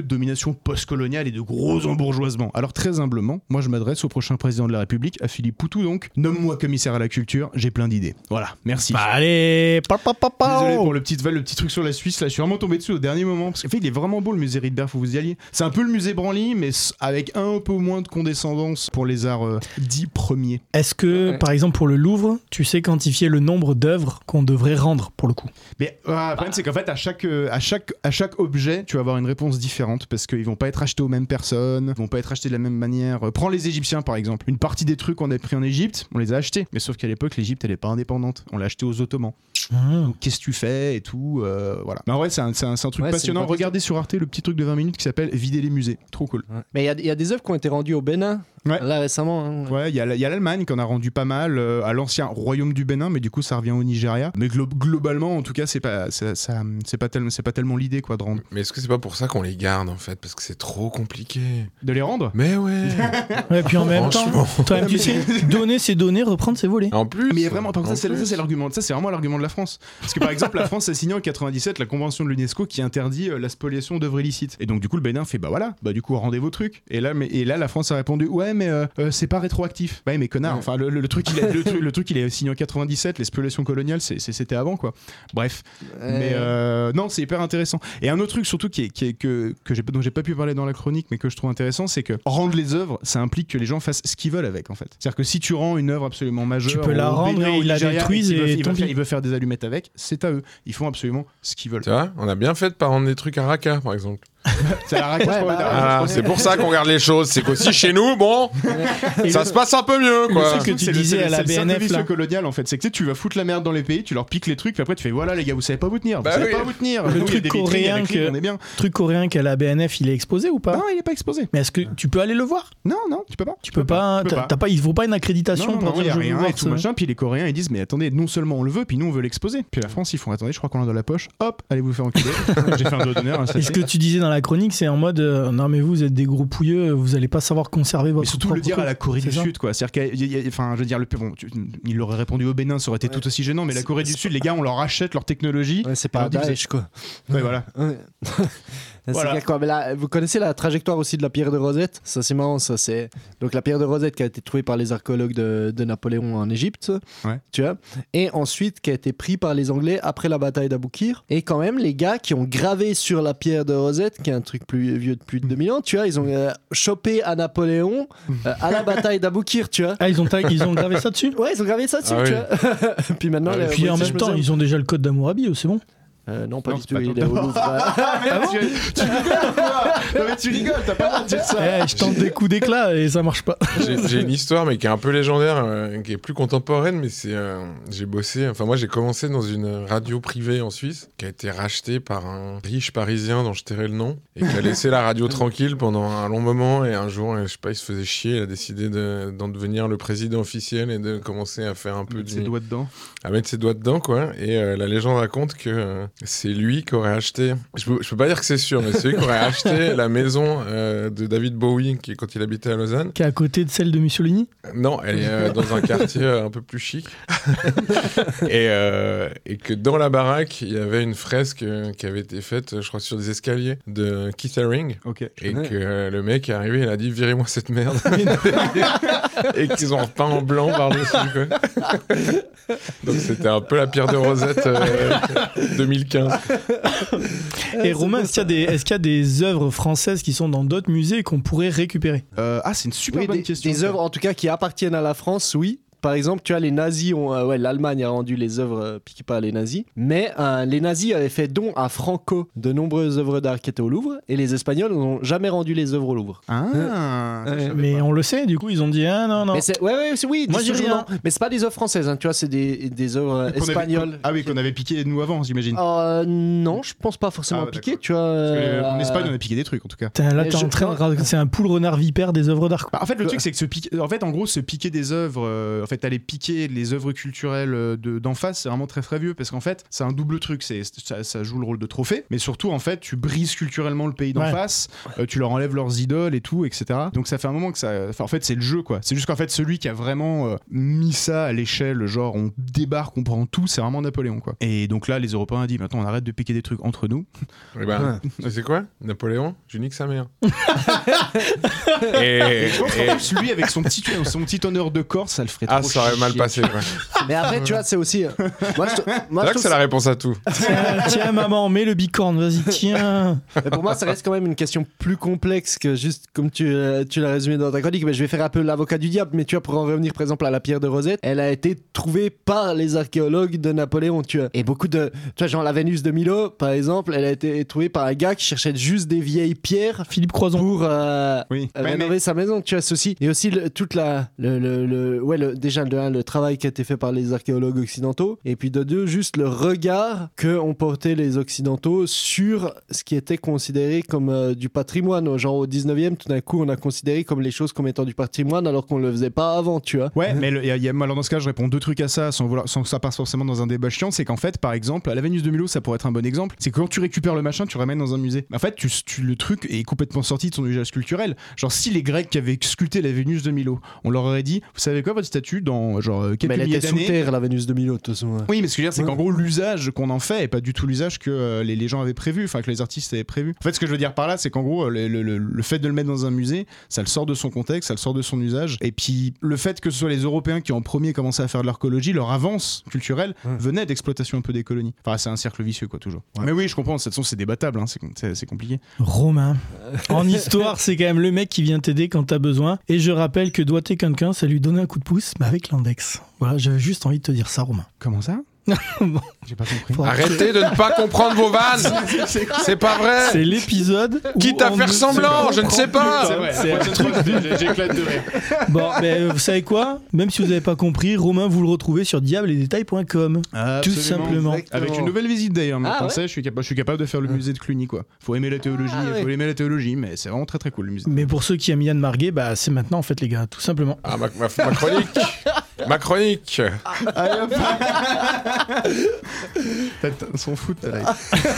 domination post-coloniale et de gros embourgeoisement. Alors très humblement, moi je m'adresse au prochain président de la République, à Philippe Poutou donc. Nomme-moi commissaire à la culture, j'ai plein d'idées. Voilà, merci. Bah allez, Désolé pour le petit truc sur la Suisse, là je suis vraiment tombé dessus au dernier moment, parce qu'en fait il est vraiment beau le musée Rydberg, faut vous y alliez. C'est un peu le musée Branly, mais avec un peu moins de condescendance pour les arts dits premiers. Est-ce que, par exemple, pour le Louvre, tu sais quantifier le nombre d'œuvres qu'on devrait rendre pour le coup? Mais le problème, c'est qu'en fait, à chaque objet, tu vas avoir une réponse différente parce qu'ils vont pas être achetés aux mêmes personnes, ils vont pas être achetés de la même manière. Prends les Égyptiens par exemple. Une partie des trucs qu'on a pris en Égypte, on les a achetés. Mais sauf qu'à l'époque, l'Égypte, elle est pas indépendante. On l'a acheté aux Ottomans. Donc, qu'est-ce que tu fais et tout, voilà. Mais en vrai, c'est un truc passionnant. Regardez sur Arte le petit truc de 20 minutes qui s'appelle Vider les musées. Trop cool. Ouais. Mais il y a des œuvres qui ont été rendues au Bénin. Ouais. Là récemment. Hein. Ouais, il y a l'Allemagne qui en a rendu pas mal à l'ancien royaume du Bénin, mais du coup ça revient au Nigeria. Mais globalement, en tout cas, c'est pas tellement l'idée quoi de rendre. Mais est-ce que c'est pas pour ça qu'on les garde en fait, parce que c'est trop compliqué de les rendre? Mais ouais. Ouais, puis en même temps, toi-même tu sais, donner c'est donner, reprendre c'est voler. En plus. Mais vraiment, ça c'est l'argument. Ça c'est vraiment l'argument de la France. Parce que par exemple, la France a signé en 97 la convention de l'UNESCO qui interdit la spoliation d'œuvres illicites. Et donc du coup le Bénin fait du coup rendez vos trucs. Et là la France a répondu ouais mais c'est pas rétroactif. Bah mais connard. Enfin le truc il est signé en 97. Les spoliations coloniales c'était avant quoi. Bref. Mais non c'est hyper intéressant. Et un autre truc surtout dont j'ai pas pu parler dans la chronique mais que je trouve intéressant, c'est que rendre les œuvres, ça implique que les gens fassent ce qu'ils veulent avec en fait. C'est-à-dire que si tu rends une œuvre absolument majeure, tu peux la rendre et ils la détruisent et il veut faire des allumettes avec, c'est à eux. Ils font absolument ce qu'ils veulent. Tu vois, on a bien fait de pas rendre des trucs à Raqqa par exemple. C'est la raquette. C'est pour ça qu'on regarde les choses. C'est qu'aussi chez nous, bon, ça se passe un peu mieux, quoi. Le truc que tu disais à la BNF là, colonial en fait, c'est que tu vas foutre la merde dans les pays, tu leur piques les trucs, puis après tu fais voilà les gars, vous savez pas vous tenir, pas vous tenir. Le truc coréen qu'à la BNF, il est exposé ou pas? Non, il est pas exposé. Mais est-ce que tu peux aller le voir? Non, tu peux pas. Tu peux pas. Il faut pas une accréditation pour dire je veux voir et tout machin. Puis les Coréens ils disent mais attendez, non seulement on le veut, puis nous on veut l'exposer. Puis la France ils font attendez, je crois qu'on l'a dans la poche. Hop, allez vous faire enculer. J'ai fait un doigt d'honneur. Et ce que tu disais dans la chronique, c'est en mode non mais vous êtes des gros pouilleux, vous allez pas savoir conserver votre. Mais surtout le dire à la Corée du Sud quoi. C'est-à-dire enfin je veux dire il aurait répondu au Bénin, ça aurait été tout aussi gênant. Mais la Corée du Sud, les gars, on leur achète leur technologie. Ouais, c'est pas Daesh quoi. Ouais voilà. Voilà. Quoi. Mais là, vous connaissez la trajectoire aussi de la pierre de Rosette? Ça c'est marrant, ça c'est donc la pierre de Rosette qui a été trouvée par les archéologues de Napoléon en Égypte, tu vois, et ensuite qui a été pris par les Anglais après la bataille d'Aboukir. Et quand même les gars qui ont gravé sur la pierre de Rosette, qui est un truc plus vieux de plus de 2000 ans, tu vois, ils ont chopé à Napoléon à la bataille d'Aboukir, tu vois. Ah ils ont gravé ça dessus? Ouais, ils ont gravé ça dessus, tu vois. Puis maintenant, puis en même temps, ils ont déjà le code d'Hammurabi, c'est bon. Non, pas du tout, il est au Louvre. Tu rigoles quoi? Non mais tu rigoles, t'as pas le droit de dire ça. Je tente des coups d'éclat et ça marche pas. J'ai une histoire mais qui est un peu légendaire, qui est plus contemporaine, mais c'est j'ai bossé, enfin moi j'ai commencé dans une radio privée en Suisse qui a été rachetée par un riche parisien dont je tairai le nom et qui a laissé la radio tranquille pendant un long moment, et un jour, je sais pas, il se faisait chier, il a décidé d'en devenir le président officiel et de commencer à faire un peu ses doigts dedans. À mettre ses doigts dedans quoi. Et la légende raconte que c'est lui qui aurait acheté, je peux pas dire que c'est sûr, mais c'est lui qui aurait acheté la maison de David Bowie quand il habitait à Lausanne. Qui est à côté de celle de Mussolini? Non, elle est dans un quartier un peu plus chic. Et que dans la baraque, il y avait une fresque qui avait été faite, je crois, sur des escaliers de Keith Haring. Okay. Et que le mec est arrivé, il a dit virez-moi cette merde. Et qu'ils ont repeint en blanc par-dessus. Quoi. Donc c'était un peu la pierre de Rosette 2015. Et Romain, est-ce qu'il y a des œuvres françaises qui sont dans d'autres musées qu'on pourrait récupérer? C'est une super bonne question. Des œuvres en tout cas qui appartiennent à la France, oui. Par exemple, tu vois, les nazis ont... l'Allemagne a rendu les œuvres piquées par les nazis. Mais les nazis avaient fait don à Franco de nombreuses œuvres d'art qui étaient au Louvre. Et les Espagnols n'ont jamais rendu les œuvres au Louvre. Mais on le sait, du coup, ils ont dit non. Mais oui, moi j'ai rien. Mais c'est pas des œuvres françaises, hein, tu vois, c'est des œuvres espagnoles. Qu'on avait piqué nous avant, j'imagine. Non, je pense pas forcément piqué, tu vois. En Espagne, on a piqué des trucs, en tout cas. Là, t'es en train de... C'est un poule renard vipère des œuvres d'art. En fait, le truc, c'est que en gros, se piquer des œuvres... fait aller piquer les œuvres culturelles d'en face, c'est vraiment très très vieux parce qu'en fait c'est un double truc, ça joue le rôle de trophée, mais surtout en fait tu brises culturellement le pays d'en face, tu leur enlèves leurs idoles et tout, etc. Donc ça fait un moment que en fait c'est le jeu quoi, c'est juste qu'en fait celui qui a vraiment mis ça à l'échelle, genre on débarque, on prend tout, c'est vraiment Napoléon quoi. Et donc là les Européens ont dit maintenant on arrête de piquer des trucs entre nous. Et tu sais quoi, Napoléon, je nique sa mère. et je pense qu'en plus lui avec son petit honneur de Corse, ça le ferait trop ça aurait mal passé quoi. Mais après tu vois c'est aussi c'est là que c'est la réponse à tout. Tiens maman, mets le bicorne, vas-y tiens. Mais pour moi ça reste quand même une question plus complexe que juste comme tu l'as résumé dans ta chronique. Mais je vais faire un peu l'avocat du diable, mais tu vois, pour en revenir par exemple à la pierre de Rosette, elle a été trouvée par les archéologues de Napoléon, tu vois. Et beaucoup de, tu vois, genre la Vénus de Milo par exemple, elle a été trouvée par un gars qui cherchait juste des vieilles pierres, Philippe Croizon, pour rénover sa maison, tu vois, ceci. Et aussi toute déjà le travail qui a été fait par les archéologues occidentaux, et puis de deux, juste le regard que ont porté les occidentaux sur ce qui était considéré comme du patrimoine. Genre au 19e, tout d'un coup on a considéré comme les choses comme étant du patrimoine alors qu'on le faisait pas avant, tu vois. Ouais, mais alors dans ce cas je réponds deux trucs à ça sans que ça passe forcément dans un débat chiant. C'est qu'en fait par exemple la Vénus de Milo, ça pourrait être un bon exemple, c'est que quand tu récupères le machin, tu le ramènes dans un musée. En fait le truc est complètement sorti de son usage culturel. Genre si les Grecs qui avaient sculpté la Vénus de Milo, on leur aurait dit vous savez quoi, votre statue dans genre quelques milliers d'années, elle était sous terre la Vénus de Milo de toute façon. Oui, mais ce que je veux dire c'est qu'en gros l'usage qu'on en fait est pas du tout l'usage que les gens avaient prévu, enfin que les artistes avaient prévu. En fait ce que je veux dire par là c'est qu'en gros le fait de le mettre dans un musée, ça le sort de son contexte, ça le sort de son usage, et puis le fait que ce soit les Européens qui en premier commençaient à faire de l'archéologie, leur avance culturelle venait d'exploitation un peu des colonies. Enfin c'est un cercle vicieux quoi toujours. Mais oui je comprends, de toute façon c'est débattable, hein, c'est compliqué. Romain, en histoire c'est quand même le mec qui vient t'aider quand t'as besoin, et je rappelle que doigter quelqu'un c'est lui donner un coup de pouce mais avec l'index. Voilà, j'avais juste envie de te dire ça Romain. Comment ça? Bon. J'ai pas compris. Arrêtez de ne pas comprendre vos vannes. C'est pas vrai. C'est l'épisode quitte à faire semblant, je ne sais pas. C'est vrai, c'est un truc, j'éclate de rire. Bon, mais vous savez quoi? Même si vous n'avez pas compris, Romain, vous le retrouvez sur diabledesdetails.com. Tout simplement. Exactement. Avec une nouvelle visite d'ailleurs. Maintenant, je suis capable de faire le musée de Cluny, quoi. Faut aimer la théologie, mais c'est vraiment très très cool le musée. Mais pour ceux qui aiment Yann Marguet, bah c'est maintenant en fait les gars, tout simplement. Ah ma chronique. Ma chronique. On s'en fout de ta live.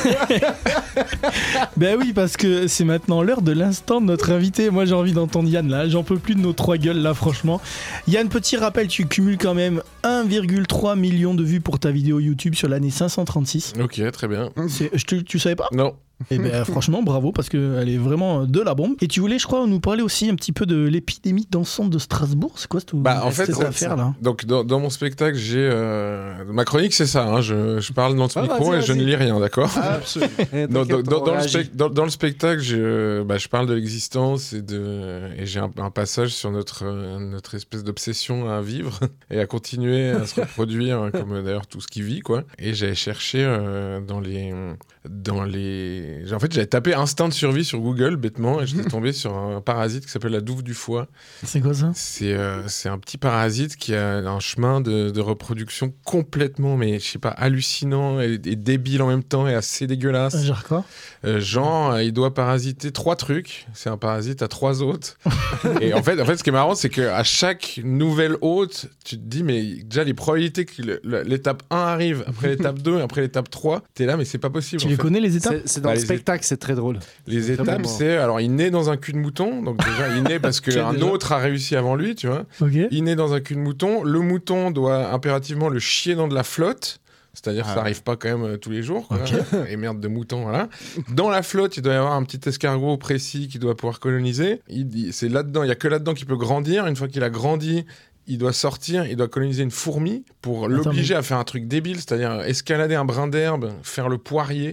Ben oui, parce que c'est maintenant l'heure de l'instant de notre invité. Moi j'ai envie d'entendre Yann là, j'en peux plus de nos trois gueules là franchement. Yann, petit rappel, tu cumules quand même 1,3 million de vues pour ta vidéo YouTube sur l'année 536. Ok, très bien. Tu savais pas? Non. Et ben franchement bravo parce qu'elle est vraiment de la bombe. Et tu voulais je crois nous parler aussi un petit peu de l'épidémie dansante de Strasbourg. C'est quoi cette affaire là? Donc dans mon spectacle j'ai ma chronique c'est ça hein, je parle dans ce micro et je ne lis rien, d'accord? Absolument. Dans le spectacle je parle de l'existence et j'ai un passage sur notre espèce d'obsession à vivre et à continuer à se reproduire comme d'ailleurs tout ce qui vit quoi. Et j'avais cherché dans les en fait j'avais tapé instinct de survie sur Google bêtement et j'étais tombé sur un parasite qui s'appelle la douve du foie. C'est quoi ça? C'est un petit parasite qui a un chemin de reproduction complètement mais je sais pas hallucinant et débile en même temps et assez dégueulasse. Genre quoi? Il doit parasiter 3 trucs. C'est un parasite à 3 hôtes. Et en fait ce qui est marrant c'est qu'à chaque nouvelle hôte tu te dis mais déjà les probabilités que l'étape 1 arrive après l'étape 2 après l'étape 3 t'es là mais c'est pas possible. Tu les connais les étapes? C'est dans le spectacle, c'est très drôle. Les étapes, c'est... Alors, il naît dans un cul de mouton. Donc déjà, il naît parce qu'un autre a réussi avant lui, tu vois. Okay. Il naît dans un cul de mouton. Le mouton doit impérativement le chier dans de la flotte. C'est-à-dire que ça n'arrive pas quand même tous les jours. Quoi. Okay. Et merde de mouton, voilà. Dans la flotte, il doit y avoir un petit escargot précis qui doit pouvoir coloniser. C'est là-dedans, il n'y a que là-dedans qu'il peut grandir. Une fois qu'il a grandi... Il doit sortir, il doit coloniser une fourmi pour l'obliger à faire un truc débile, c'est-à-dire escalader un brin d'herbe, faire le poirier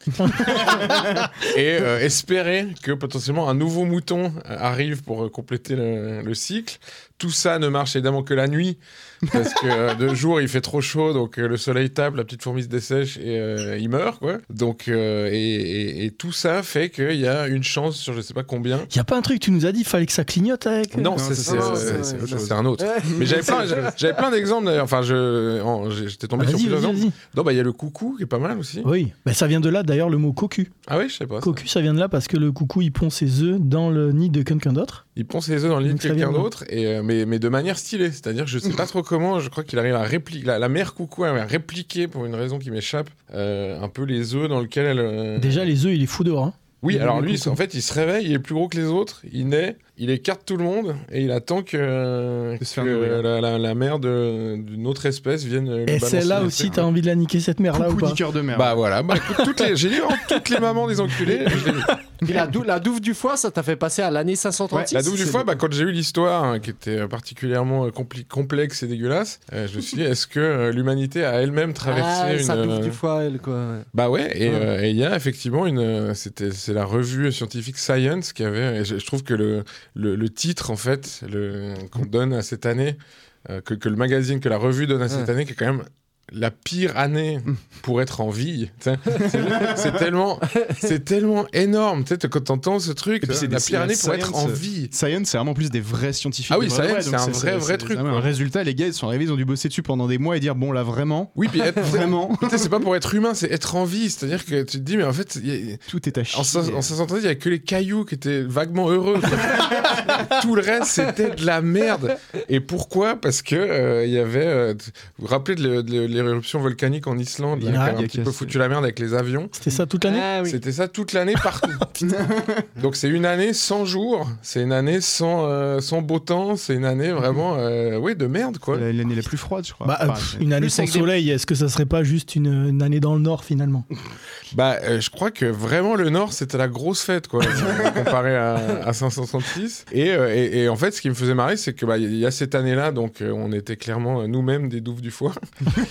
et espérer que potentiellement un nouveau mouton arrive pour compléter le cycle. Tout ça ne marche évidemment que la nuit parce que de jour il fait trop chaud donc le soleil tape, la petite fourmi se dessèche et il meurt quoi. Donc et tout ça fait qu'il y a une chance sur je sais pas combien. Il y a pas un truc tu nous as dit il fallait que ça clignote avec Non, c'est un autre. Mais j'avais plein d'exemples d'ailleurs. Enfin j'étais tombé sur plusieurs exemples. Non il y a le coucou qui est pas mal aussi. Oui, ça vient de là d'ailleurs le mot cocu. Ah oui, je sais pas. ça. Cocu, ça vient de là parce que le coucou, il pond ses œufs dans le nid de quelqu'un d'autre. Il pond ses œufs dans le lit de Donc ça quelqu'un vient de là. d'autre, mais de manière stylée. C'est-à-dire que je sais pas trop comment, je crois qu'il arrive à répliquer. La mère coucou arrive à répliquer, pour une raison qui m'échappe, un peu les œufs dans lesquels elle. Déjà, les œufs, il est fou dehors. Hein. Oui, Le alors bébé lui, coucou. en fait, il se réveille, il est plus gros que les autres, il naît, il écarte tout le monde et il attend que se faire nourrir. la mère d'une autre espèce vienne lui Et balancer. celle-là aussi, t'as envie de la niquer, cette mère-là, ou Coucou pas? liqueur de merde. Bah voilà, bah, écoute, j'ai lu toutes les mamans des enculés. je l'ai lu. Puis la douve du foie, ça t'a fait passer à l'année 536. La double du foie, quand j'ai eu l'histoire, hein, qui était particulièrement complexe et dégueulasse, je me suis dit, est-ce que l'humanité a elle-même traversé une... sa douve du foie, elle, quoi. Ouais. Bah ouais, et il y a effectivement c'est la revue scientifique Science qui avait, et je trouve que le titre en fait, qu'on donne à cette année, que le magazine, que la revue donne à cette année, qui est quand même la pire année pour être en vie. C'est tellement énorme. Tu sais, quand t'entends ce truc, puis c'est la des- pire année pour être Science, en vie. Science, c'est vraiment plus des vrais scientifiques. Ah oui, des Science, donc c'est un vrai truc, vraiment quoi. Un résultat, les gars, ils sont arrivés, ils ont dû bosser dessus pendant des mois et dire bon là vraiment, Oui, puis être vraiment, Tu sais, c'est pas pour être humain, c'est être en vie. C'est-à-dire que tu te dis, mais en fait, tout est à chier. en 530, il y a que les cailloux qui étaient vaguement heureux. Tout le reste, c'était de la merde. Et pourquoi ? Parce que il y avait. Vous vous rappelez de l'éruption volcanique en Islande, là, qui a un petit peu foutu la merde avec les avions. C'était ça toute l'année? Ah oui. C'était ça toute l'année partout. Donc c'est une année sans jour, c'est une année sans beau temps, c'est une année vraiment de merde quoi. C'est l'année la plus froide, je crois. Bah, Enfin, une année plus sans avec des- soleil, est-ce que ça serait pas juste une année dans le nord finalement? Je crois que vraiment le Nord c'était la grosse fête quoi, comparé à 536. Et en fait ce qui me faisait marrer c'est que il y a cette année-là donc on était clairement nous-mêmes des douves du foie.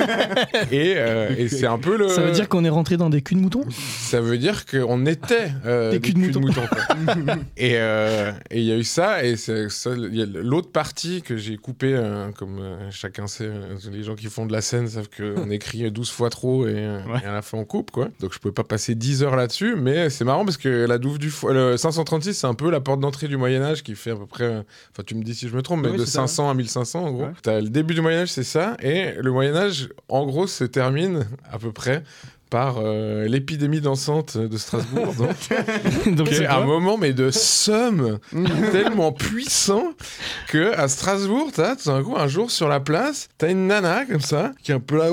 et c'est un peu le. Ça veut dire qu'on est rentré dans des culs de mouton? Ça veut dire qu'on était des culs de mouton. quoi. Et il y a eu ça, et il y a l'autre partie que j'ai coupée, comme chacun sait, les gens qui font de la scène savent qu'on écrit 12 fois trop et à la fin on coupe, quoi. Donc je pouvais pas passer 10 heures là-dessus, mais c'est marrant parce que la douve du foie, le 536, c'est un peu la porte d'entrée du Moyen-Âge qui fait à peu près, enfin tu me dis si je me trompe, mais Oui, de c'est ça, 500 à 1500 en gros. Ouais. T'as le début du Moyen-Âge, c'est ça, et le Moyen-Âge, en gros, se termine à peu près par l'épidémie dansante de Strasbourg, Donc qui est c'est un quoi? moment mais de somme tellement puissant que à Strasbourg, t'as tout d'un coup un jour sur la place, t'as une nana comme ça qui est un peu là,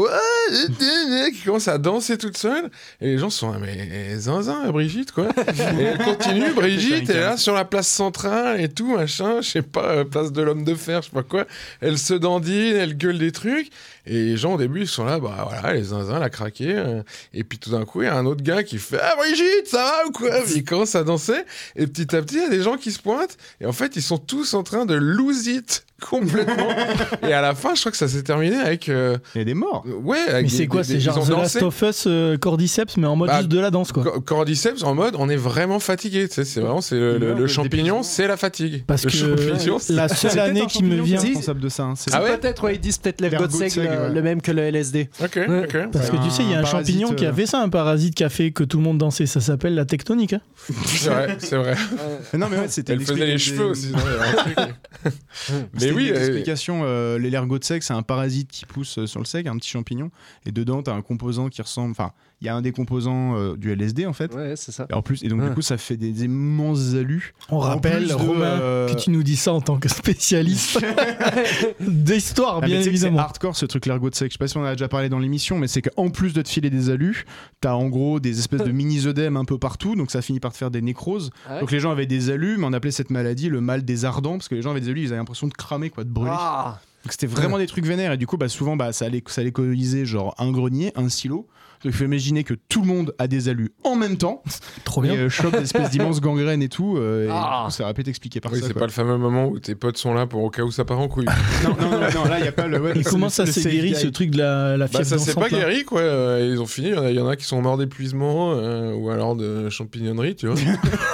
qui commence à danser toute seule, et les gens sont là, mais zinzin, Brigitte quoi. Et elle continue, Brigitte est là sur la place centrale et tout machin, je sais pas, place de l'homme de fer, je sais pas quoi. Elle se dandine, elle gueule des trucs. Et les gens au début ils sont là, bah voilà, les zinzins, elle a craqué. Et puis tout d'un coup, il y a un autre gars qui fait ah Brigitte, ça va ou quoi? Puis il commence à danser. Et petit à petit, il y a des gens qui se pointent. Et en fait, ils sont tous en train de lose it complètement. Et à la fin, je crois que ça s'est terminé avec. Il y a des morts. Ouais, avec Mais c'est quoi? C'est ils genre ont The dansé. Last of Us Cordyceps, mais en mode Bah, juste de la danse, quoi. Cordyceps en mode on est vraiment fatigué. Tu sais, c'est vraiment le champignon, c'est la fatigue. Parce le que champignon, c'est- la seule année qui me vient. responsable de ça. Hein. C'est Ah ouais Peut-être, ouais, ils disent peut-être l'ergot L'ergot seg, seg, ouais. le même que le LSD. Ok, Ouais. ok. Parce que tu sais, il y a un parasite, champignon qui a fait ça, un parasite qui a fait que tout le monde dansait. Ça s'appelle la tectonique. Hein. C'est vrai, c'est vrai. Non mais ouais, c'était Elle faisait les cheveux aussi. non, il y avait un truc. Mais oui, oui, l'explication, l'ergot seg, c'est un parasite qui pousse sur le seg, un petit champignon, et dedans t'as un composant qui ressemble, enfin, il y a un des composants du LSD en fait. Ouais, c'est ça. Et en plus, et donc du coup, ça fait des immenses alus. On En rappelle, plus de, Romain, que tu nous dis ça en tant que spécialiste d'histoire, Ah, mais bien tu sais que c'est évidemment. hardcore ce truc l'ergot seg. Je sais pas si on en a déjà parlé dans l'émission, mais c'est qu'en plus de te filer des alus, t'as en gros des espèces de mini-œdèmes un peu partout, donc ça finit par te faire des nécroses. Ouais. Donc les gens avaient des alus, mais on appelait cette maladie le mal des ardents, parce que les gens avaient des alus, ils avaient l'impression de cramer, quoi, de brûler. Ah. Donc c'était vraiment des trucs vénères, et du coup, bah, souvent, bah, ça allait coloniser genre un grenier, un silo. Donc il faut imaginer que tout le monde a des alus en même temps, Trop et bien. chope des espèces d'immenses gangrènes et tout, et Ah. du coup, ça aurait pu être expliqué par Oui, ça. c'est quoi. pas le fameux moment où tes potes sont là pour au cas où ça part en couille. Non, là, il n'y a pas le. ouais, Et le- comment le- ça le s'est safe guéri, guy. ce truc de la fièvre Ça s'est dansante, pas là guéri quoi, ils ont fini, il y en a qui sont morts d'épuisement ou alors de champignonnerie, tu vois.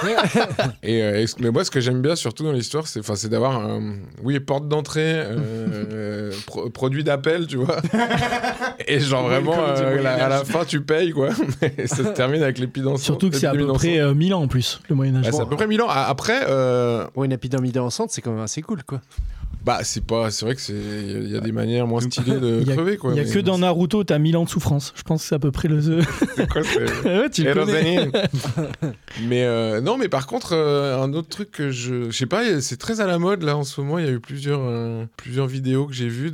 Mais moi ce que j'aime bien surtout dans l'histoire c'est d'avoir porte d'entrée, produit d'appel, tu vois. Et genre Ouais, vraiment comme du Moyen-Âge. à la fin tu payes quoi. Et ça se termine avec l'épidémie. Surtout que c'est à peu près 1000 ans en plus, le Moyen-Âge. C'est à peu près 1000 ans. Après, Bon, une épidémie dansante, c'est quand même assez cool, quoi. Bah, c'est vrai que il y a des manières moins stylées de crever, quoi. Il y a que dans Naruto, t'as 1000 ans de souffrance. Je pense que c'est à peu près le. C'est quoi, Ouais, tu le connais. Mais non, mais par contre, un autre truc que je sais pas, c'est très à la mode là en ce moment. Il y a eu plusieurs vidéos que j'ai vues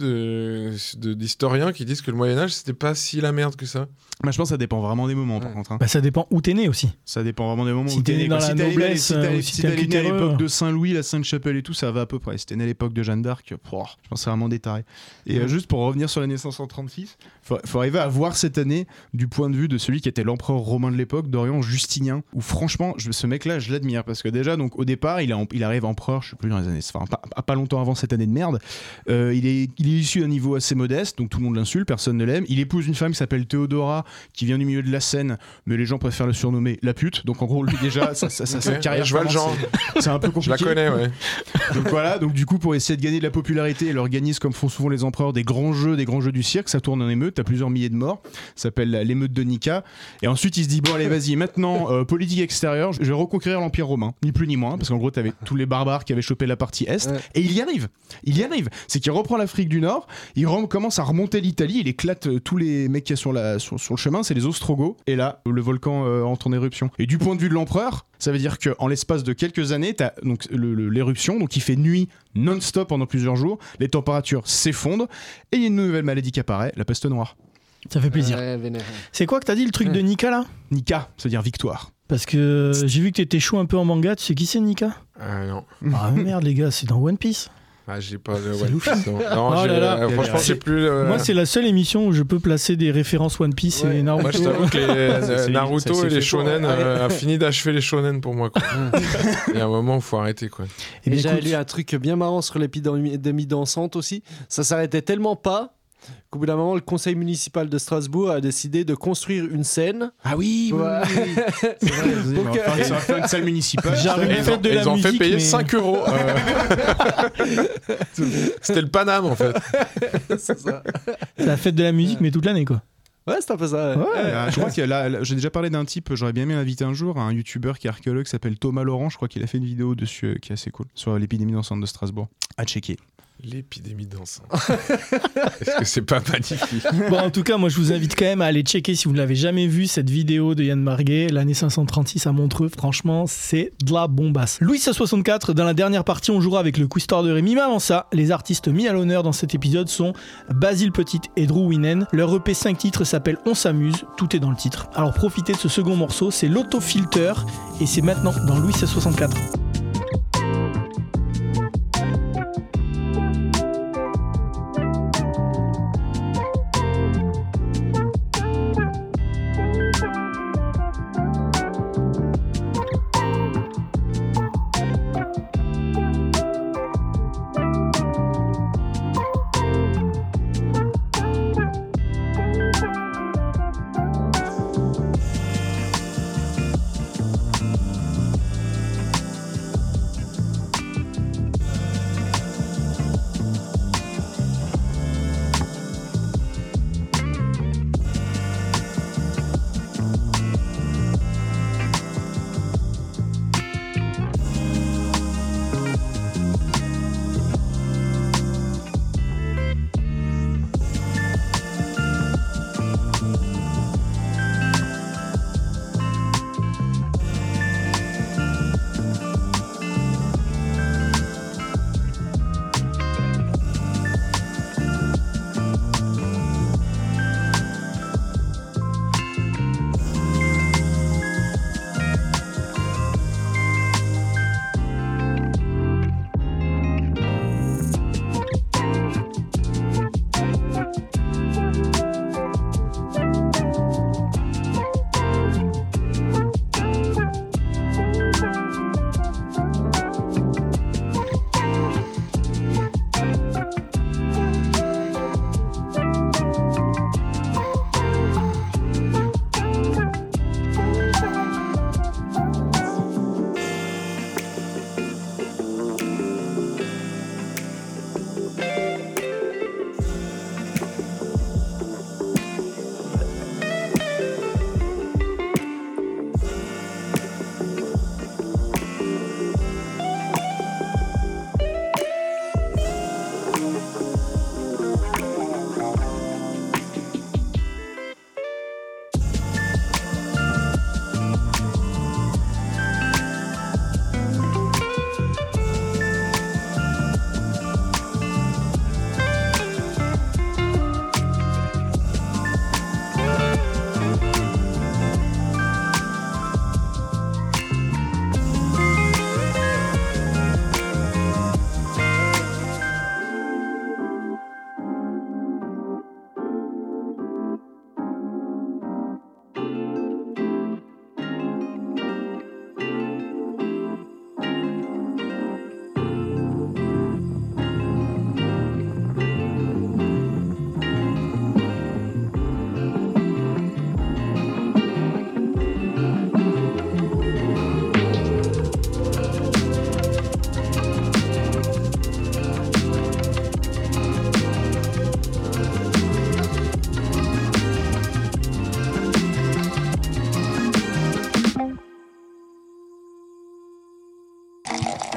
d'historiens qui disent que le Moyen-Âge c'était pas si la merde que ça. Bah, je pense que ça dépend vraiment des moments, par contre. Hein. Bah, ça dépend où t'es né aussi. Ça dépend vraiment des moments Si où t'es né dans la noblesse, si t'es né à l'époque de Saint-Louis, la Sainte-Chapelle et tout, ça va à peu près. Si t'es né à l'époque de Jeanne d'Arc, je pense que c'est vraiment des tarés. Et juste pour revenir sur l'année 536, faut arriver à voir cette année du point de vue de celui qui était l'empereur romain de l'époque, Dorian Justinien, où franchement, ce mec-là, je l'admire parce que déjà, donc au départ, il arrive empereur, je sais plus dans les années, enfin pas longtemps avant cette année de merde. Il est issu d'un niveau assez modeste, donc tout le monde l'insulte, personne ne l'aime. Il épouse une femme qui s'appelle Théodora, qui vient du milieu de la Seine, mais les gens préfèrent le surnommer la pute. Donc en gros, lui déjà, sa carrière, je vois le genre. C'est un peu compliqué. Je la connais, ouais. Donc voilà, donc du coup, pour essayer de gagner de la popularité, elle organise, comme font souvent les empereurs, des grands jeux du cirque. Ça tourne en émeute, t'as plusieurs milliers de morts. Ça s'appelle l'émeute de Nika. Et ensuite, il se dit bon, allez, vas-y, maintenant, politique extérieure, je vais reconquérir l'Empire romain, ni plus ni moins, parce qu'en gros, t'avais tous les barbares qui avaient chopé la partie est, et il y arrive. C'est qu'il reprend l'Afrique du Nord, il commence à remonter l'Italie, il éclate tous les mecs qui sont sur le chemin, c'est les Ostrogoths. Et là, le volcan entre en éruption. Et du point de vue de l'empereur, ça veut dire qu'en l'espace de quelques années, t'as donc l'éruption, donc il fait nuit non-stop pendant plusieurs jours, les températures s'effondrent, et il y a une nouvelle maladie qui apparaît, la peste noire. Ça fait plaisir. C'est quoi que t'as dit, le truc de Nika là ? Nika, ça veut dire victoire. Parce que j'ai vu que t'étais chaud un peu en manga, tu sais qui c'est Nika ? Non. Ah merde les gars, c'est dans One Piece. Ah, j'ai pas le C'est One Piece. Non, Oh là là. franchement, j'ai plus. Moi, c'est la seule émission où je peux placer des références One Piece et Naruto. Moi, je t'avoue que Naruto ça et les fait shonen a fini d'achever les shonen pour moi. Quoi. Il y a un moment où il faut arrêter. Quoi. Et j'avais lu un truc bien marrant sur l'épidémie dansante aussi. Ça s'arrêtait tellement pas qu'au bout d'un moment, le conseil municipal de Strasbourg a décidé de construire une scène. Ah oui, Ouais. C'est vrai, ça va faire une salle municipale. J'arrive une fête de la Ils ont musique, fait payer mais... 5 €. C'était le Paname en fait. C'est ça. C'est la fête de la musique, mais toute l'année quoi. Ouais, c'est un peu ça. Ouais. Je crois que là, j'ai déjà parlé d'un type, j'aurais bien aimé l'inviter un jour, un youtubeur qui est archéologue qui s'appelle Thomas Laurent. Je crois qu'il a fait une vidéo dessus qui est assez cool sur l'épidémie dansante de Strasbourg. À checker. L'épidémie dansante. Est-ce que c'est pas magnifique? Bon, en tout cas, moi je vous invite quand même à aller checker si vous ne l'avez jamais vu cette vidéo de Yann Marguet, l'année 536 à Montreux. Franchement, c'est de la bombasse. Louis 64, dans la dernière partie, on jouera avec le Quiztor de Rémi. Mais avant ça, les artistes mis à l'honneur dans cet épisode sont Basile Petit et Drew Winen. Leur EP 5 titres s'appelle On s'amuse, tout est dans le titre. Alors profitez de ce second morceau, c'est l'Autofilter et c'est maintenant dans Louis 64.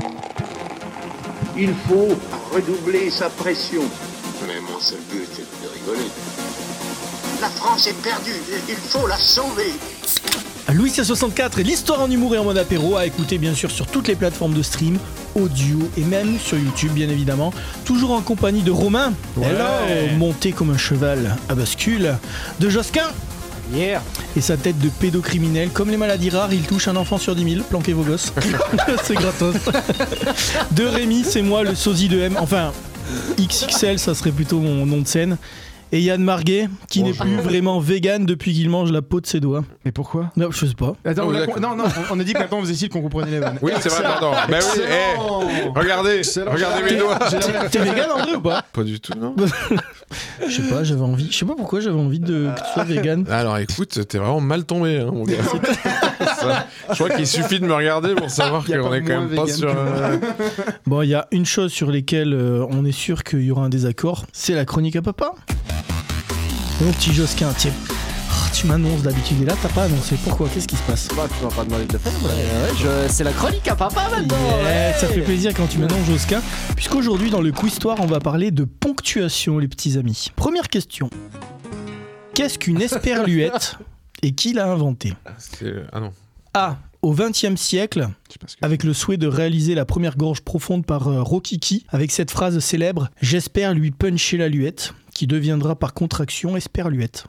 Il faut redoubler sa pression. Mais mon seul but est de rigoler. La France est perdue. Il faut la sauver. Louis C64 et l'histoire en humour et en mode apéro à écouter bien sûr sur toutes les plateformes de stream, audio et même sur YouTube bien évidemment. Toujours en compagnie de Romain, hello, monté comme un cheval à bascule, de Josquin, et sa tête de pédocriminel. Comme les maladies rares, il touche un enfant sur 10 000, planquez vos gosses. C'est gratos. De Rémi, c'est moi le sosie de M, enfin XXL ça serait plutôt mon nom de scène. Et Yann Marguet, qui n'est plus vraiment vegan depuis qu'il mange la peau de ses doigts. Mais pourquoi? Non, je sais pas. Attends, Oh, on a dit que maintenant on faisait signe qu'on comprenait les vannes. Oui, c'est vrai, pardon. Bah oui, regardez mes doigts. T'es vegan André ou pas? Pas du tout, non. Je sais pas, j'avais envie. Je sais pas pourquoi j'avais envie que tu sois vegan. Alors écoute, t'es vraiment mal tombé, hein, mon gars. Ça, je crois qu'il suffit de me regarder pour savoir Y a qu'on pas est quand moins même pas vegan sur. Bon, il y a une chose sur laquelle on est sûr qu'il y aura un désaccord, c'est la chronique à papa. Mon petit Josquin, tiens. Oh, tu m'annonces d'habitude et là t'as pas annoncé. Pourquoi? Qu'est-ce qui se passe? Bah, tu m'as pas demandé de le faire. C'est la chronique à papa maintenant. Yeah, ça fait plaisir quand tu m'annonces Josquin. Puisqu'aujourd'hui dans le Quiztoire on va parler de ponctuation les petits amis. Première question. Qu'est-ce qu'une esperluette et qui l'a inventée? Ah non. A. Au XXe siècle, avec le souhait de réaliser la première gorge profonde par Rokiki, avec cette phrase célèbre « J'espère lui puncher la luette », qui deviendra par contraction esperluette.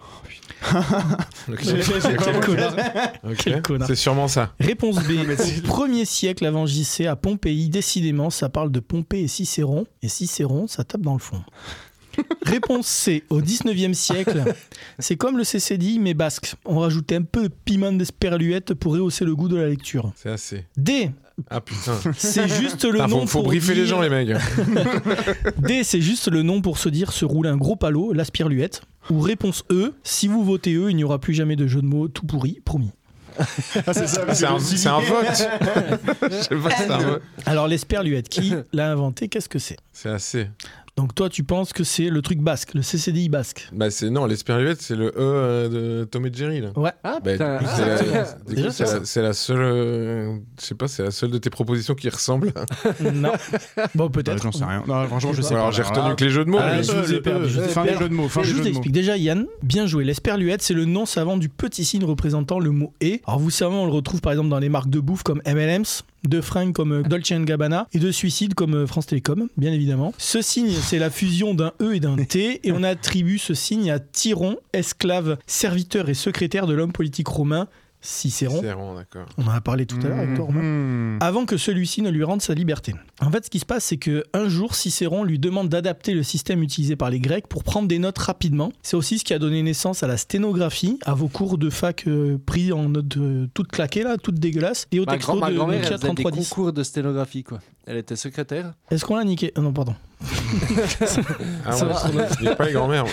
Quel connard. Quel connard. C'est sûrement ça. Réponse B. Au 1er siècle avant JC, à Pompéi, décidément, ça parle de Pompée et Cicéron ça tape dans le fond. Réponse C. Au 19e siècle, c'est comme le CCDI mais basque. On rajoutait un peu de piment d'esperluette pour rehausser le goût de la lecture. C'est assez. D. Ah putain. C'est juste le nom faut pour briefer dire... les gens, les mecs. D. C'est juste le nom pour se dire se rouler un gros palot, l'aspirluette. Ou réponse E. Si vous votez E, il n'y aura plus jamais de jeu de mots tout pourri, promis. C'est un vote. Je sais pas si c'est un vote. Alors l'esperluette, qui l'a inventé? Qu'est-ce que c'est? C'est assez. Donc toi, tu penses que c'est le truc basque, le CCDI basque? Bah non, l'esperluette, c'est le E de Tom et Jerry là. Ouais. Ah Bah, putain. du coup, c'est la seule, je sais pas, c'est la seule de tes propositions qui ressemble. Non. Bon, peut-être. J'en sais rien. Non, franchement, je sais Alors pas. j'ai retenu que les jeux de mots. Ah, mais- je vous ai perdu. Fin des jeux de mots. Fin des Je jeux vous de mots. explique. Déjà, Yann, bien joué. L'esperluette, c'est le nom savant du petit signe représentant le mot « et ». Alors, vous savez, on le retrouve par exemple dans les marques de bouffe comme M&M's, de fringues comme Dolce & Gabbana et de suicides comme France Télécom, bien évidemment. Ce signe, c'est la fusion d'un E et d'un T, et on attribue ce signe à Tyron, esclave, serviteur et secrétaire de l'homme politique romain Cicéron. D'accord. On en a parlé tout à l'heure avec toi, Romain. Avant que celui-ci ne lui rende sa liberté. En fait, ce qui se passe, c'est qu'un jour, Cicéron lui demande d'adapter le système utilisé par les Grecs pour prendre des notes rapidement. C'est aussi ce qui a donné naissance à la sténographie, à vos cours de fac pris en notes toutes claquées, là, toutes dégueulasses, et au texto Ma de grand-mère, elle Nokia faisait des 3310. concours de sténographie, quoi. Elle était secrétaire. Est-ce qu'on l'a niqué? Non, pardon. Ah Ça ouais, va. je dis pas les grand-mères.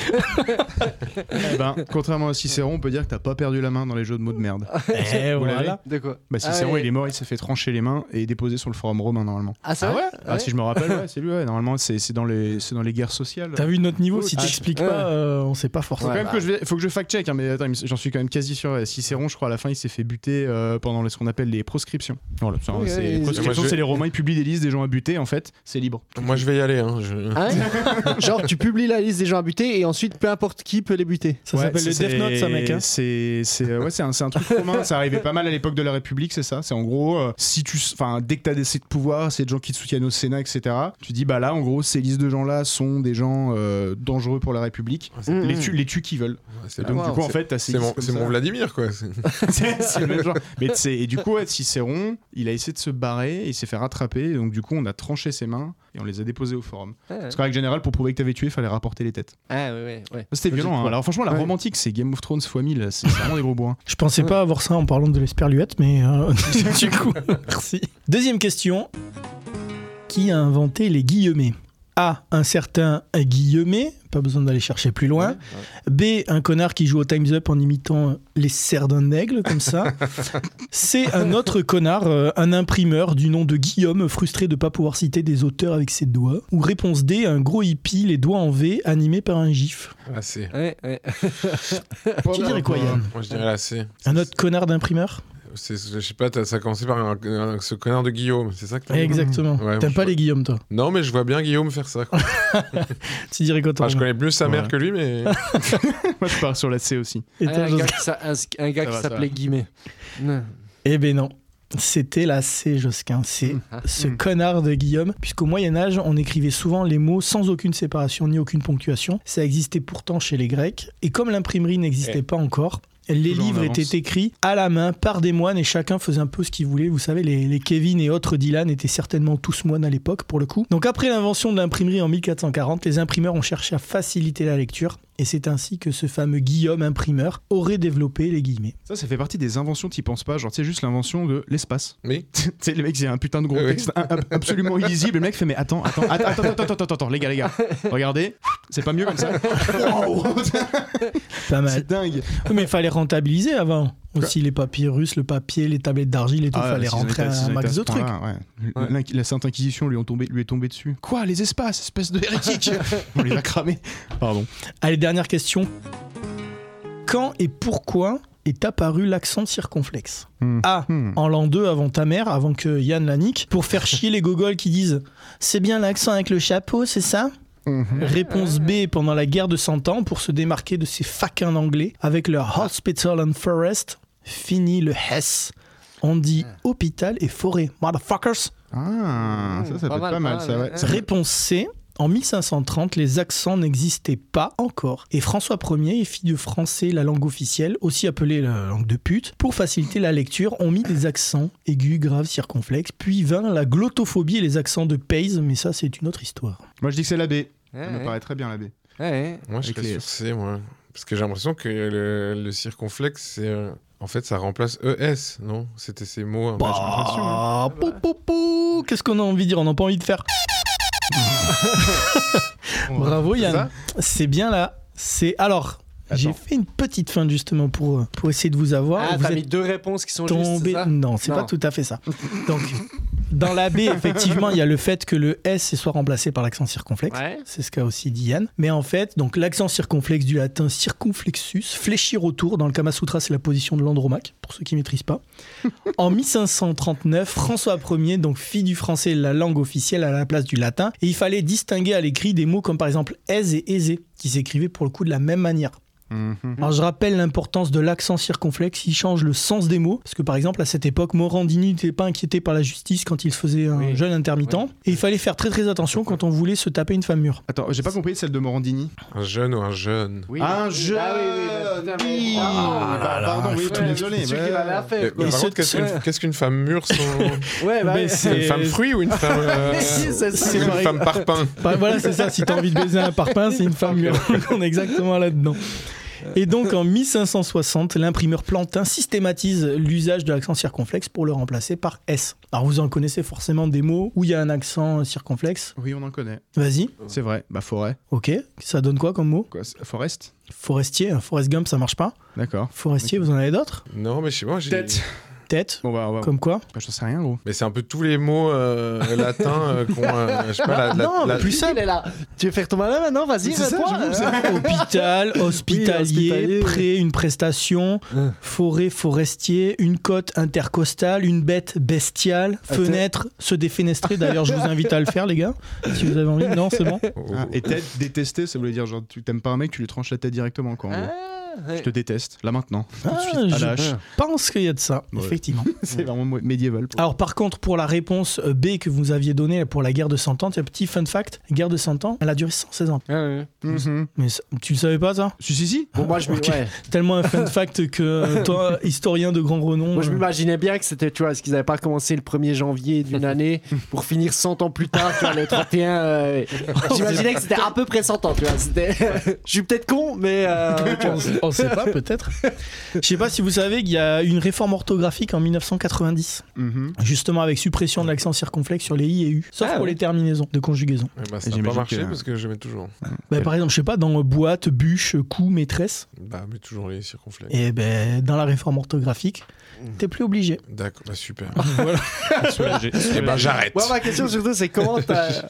Eh ben, contrairement à Cicéron, on peut dire que t'as pas perdu la main dans les jeux de mots de merde. Et Vous voilà. l'avez De quoi? Bah, Cicéron, ouais. il est mort, il s'est fait trancher les mains et déposé sur le forum romain normalement. Ah, ça va? Ah, si je me rappelle, ouais, c'est lui, ouais. Normalement, c'est dans les guerres sociales. T'as vu notre niveau? Si Ah, t'expliques ouais. pas, on sait pas forcément. Faut quand même faut que je fact-check, hein, mais attends, j'en suis quand même quasi sûr. Cicéron, je crois, à la fin, il s'est fait buter pendant ce qu'on appelle les proscriptions. Voilà, Oui, c'est oui, proscriptions, moi, c'est les Romains, ils publient des listes des gens à buter, en fait, c'est libre. Moi je vais y aller. Hein. Ah ouais. Genre, tu publies la liste des gens à buter et ensuite, peu importe qui peut les buter. Ça Ouais, s'appelle le c'est- Death Note, ça, mec. Hein. C'est un truc romain, ça arrivait pas mal à l'époque de la République, c'est ça. C'est en gros, dès que t'as des de pouvoir, c'est des gens qui te soutiennent au Sénat, etc. Tu dis, bah là, en gros, ces listes de gens-là sont des gens dangereux pour la République. Les tuent qui veulent. C'est Donc, du coup, en fait, t'as ces c'est listes comme ça. mon Vladimir quoi. C'est le même genre. Et du coup, Cicéron, il a essayé de se barrer, et il s'est fait rattraper, et donc du coup, on a tranché ses mains et on les a déposées au forum. Parce qu'en règle générale, pour prouver que t'avais tué, il fallait rapporter les têtes. Ah ouais. C'était violent, hein. Ouais. Alors franchement, la Ouais. romantique, c'est Game of Thrones x 1000, c'est vraiment des gros bourrins. Je pensais pas avoir ça en parlant de l'esperluette, mais du coup, merci. Deuxième question. Qui a inventé les guillemets? A. Un certain Guillemet, pas besoin d'aller chercher plus loin. B. Un connard qui joue au Time's Up en imitant les cerfs d'un aigle, comme ça. C. Un autre connard, un imprimeur du nom de Guillaume, frustré de pas pouvoir citer des auteurs avec ses doigts. Ou réponse D. Un gros hippie, les doigts en V, animé par un gif. Ah, c'est. Ouais. Tu dirais quoi, Yann? Moi je dirais la C. Un autre connard d'imprimeur? Je sais pas, ça a commencé par ce connard de Guillaume, c'est ça que t'as dit ? Exactement. Ouais, T'aimes pas les Guillaume, toi? Non, mais je vois bien Guillaume faire ça. Quoi. Tu dirais quoi, toi? Enfin, je connais plus sa mère que lui, mais... Moi, je pars sur la C aussi. Et Ah, toi, un José? gars qui va, ça s'appelait va. Guimet. Non. Eh ben non. C'était la C, Josquin. C'est ce connard de Guillaume. Puisqu'au Moyen-Âge, on écrivait souvent les mots sans aucune séparation ni aucune ponctuation. Ça existait pourtant chez les Grecs. Et comme l'imprimerie n'existait pas encore, les Toujours en livres avance. étaient écrits à la main par des moines et chacun faisait un peu ce qu'il voulait. Vous savez, les Kevin et autres Dylan étaient certainement tous moines à l'époque, pour le coup. Donc après l'invention de l'imprimerie en 1440, les imprimeurs ont cherché à faciliter la lecture. Et c'est ainsi que ce fameux Guillaume imprimeur aurait développé les guillemets. Ça fait partie des inventions, t'y penses pas. Genre, tu sais, juste l'invention de l'espace. Oui. Tu sais, le mec, c'est un putain de gros Oui. texte absolument illisible. Le mec fait, mais attends, les gars, regardez, c'est pas mieux comme ça. Wow. Pas mal. C'est dingue. Oui, mais il fallait rentabiliser avant. Aussi les papyrus, le papier, les tablettes d'argile et tout. Il fallait rentrer un max de trucs. La Sainte Inquisition lui est tombée dessus. Quoi, les espaces, espèce de hérétique. On les a cramés. Pardon. Allez, dernière question. Quand et pourquoi est apparu l'accent circonflexe? A. En l'an 2 avant ta mère, avant que Yann la nique, pour faire chier les gogoles qui disent « C'est bien l'accent avec le chapeau, c'est ça ?» Réponse B, pendant la guerre de 100 ans, pour se démarquer de ces faquins d'anglais, avec leur Hospital and Forest, fini le Hess. On dit hôpital et forêt. Motherfuckers. Ah, ça peut être pas mal, ça, ouais. Réponse C. En 1530, les accents n'existaient pas encore. Et François Ier, fille de français, la langue officielle, aussi appelée la langue de pute, pour faciliter la lecture, ont mis des accents aigus, graves, circonflexes. Puis vint la glottophobie et les accents de Pays, mais ça, c'est une autre histoire. Moi, je dis que c'est la B. Ça me paraît très bien, la B. Moi, je Avec serais les sur C, moi. Parce que j'ai l'impression que le circonflexe, c'est... En fait, ça remplace ES, non? C'était ces mots. J'ai l'impression, hein. Qu'est-ce qu'on a envie de dire? On n'a pas envie de faire... Bravo C'est Yann, ça c'est bien là. C'est alors. J'ai fait une petite feinte justement pour essayer de vous avoir. Ah, Vous t'as êtes mis deux réponses qui sont justes, tombé. c'est ça? Non, c'est pas Non. tout à fait ça. Donc, dans la B, effectivement, il y a le fait que le S soit remplacé par l'accent circonflexe. Ouais. C'est ce qu'a aussi dit Yann. Mais en fait, donc l'accent circonflexe du latin circumflexus, fléchir autour. Dans le Kama Sutra, c'est la position de l'andromaque, pour ceux qui ne maîtrisent pas. En 1539, François Ier, donc fille du français, la langue officielle à la place du latin. Et il fallait distinguer à l'écrit des mots comme par exemple aise et aisé, qui s'écrivaient pour le coup de la même manière. Alors je rappelle l'importance de l'accent circonflexe, il change le sens des mots, parce que par exemple à cette époque, Morandini n'était pas inquiété par la justice quand il se faisait un jeune intermittent, et il fallait faire très très attention quand on voulait se taper une femme mûre. Attends, j'ai pas compris celle de Morandini. Un jeune ou un jeune? Oui. Un jeune. Ah oui. Pardon, oui, désolé. C'est sûr qu'il avait affaire, quoi. Par ce- contre, qu'est-ce qu'une femme mûre sans... Ouais, bah, Ben, ouais. c'est- Une femme fruit ou une femme... c'est une pareil. femme parpaing? Bah, voilà, c'est ça, si t'as envie de baiser un parpaing, c'est une femme mûre. On est exactement là-dedans. Et donc en 1560, l'imprimeur Plantin systématise l'usage de l'accent circonflexe pour le remplacer par S. Alors vous en connaissez forcément des mots où il y a un accent circonflexe. Oui, on en connaît. Vas-y, C'est vrai. Bah, forêt. ok. Ça donne quoi comme mot? Quoi, Forest. Forestier, Forrest Gump, ça marche pas. D'accord. Forestier, vous en avez d'autres? Non, mais je sais pas, j'ai... Tête. Tête, Bon, bah, comme quoi? bah, j'en sais rien, gros. Mais c'est un peu tous les mots latins qu'on... je sais pas, Non, la- plus simple. Il est là. Tu veux faire ton malin maintenant? Vas-y, C'est ça, réponds. Hôpital, hospitalier, hospitalier, pré, une prestation, forêt, forestier, une côte intercostale, une bête bestiale, fenêtre, se défenestrer. D'ailleurs, je vous invite à le faire, les gars, si vous avez envie. Non, c'est bon. Ah, et tête, détester, ça voulait dire genre tu t'aimes pas un mec, tu lui tranches la tête directement, quoi. En gros. Je te déteste, là maintenant. Tout de suite, à la hache. Je pense qu'il y a de ça, Ouais. effectivement. C'est vraiment médiéval. Alors par contre, pour la réponse B que vous aviez donnée pour la guerre de 100 ans, un petit fun fact, la guerre de 100 ans, elle a duré 116 ans. Mais tu le savais pas ça? Si. Bon, moi, je me... Ok. ouais. Tellement un fun fact que toi, historien de grand renom... Moi, je m'imaginais bien que c'était, tu vois, est-ce qu'ils n'avaient pas commencé le 1er janvier d'une année pour finir 100 ans plus tard, tu vois, le 31. J'imaginais que c'était à peu près 100 ans, tu vois. C'était... Je suis peut-être con, mais. On sait pas, peut-être. Je sais pas si vous savez qu'il y a une réforme orthographique en 1990, justement avec suppression de l'accent circonflexe sur les i et u, sauf pour les terminaisons de conjugaison. Eh ben, ça n'a J'imagine pas marché que- parce que je mets toujours. Bah, par exemple, je sais pas, dans boîte, bûche, coup, maîtresse, Bah, mais toujours les circonflexes. et ben dans la réforme orthographique, t'es plus obligé. D'accord, bah super. Eh ben, j'arrête. Moi, ma question surtout, c'est comment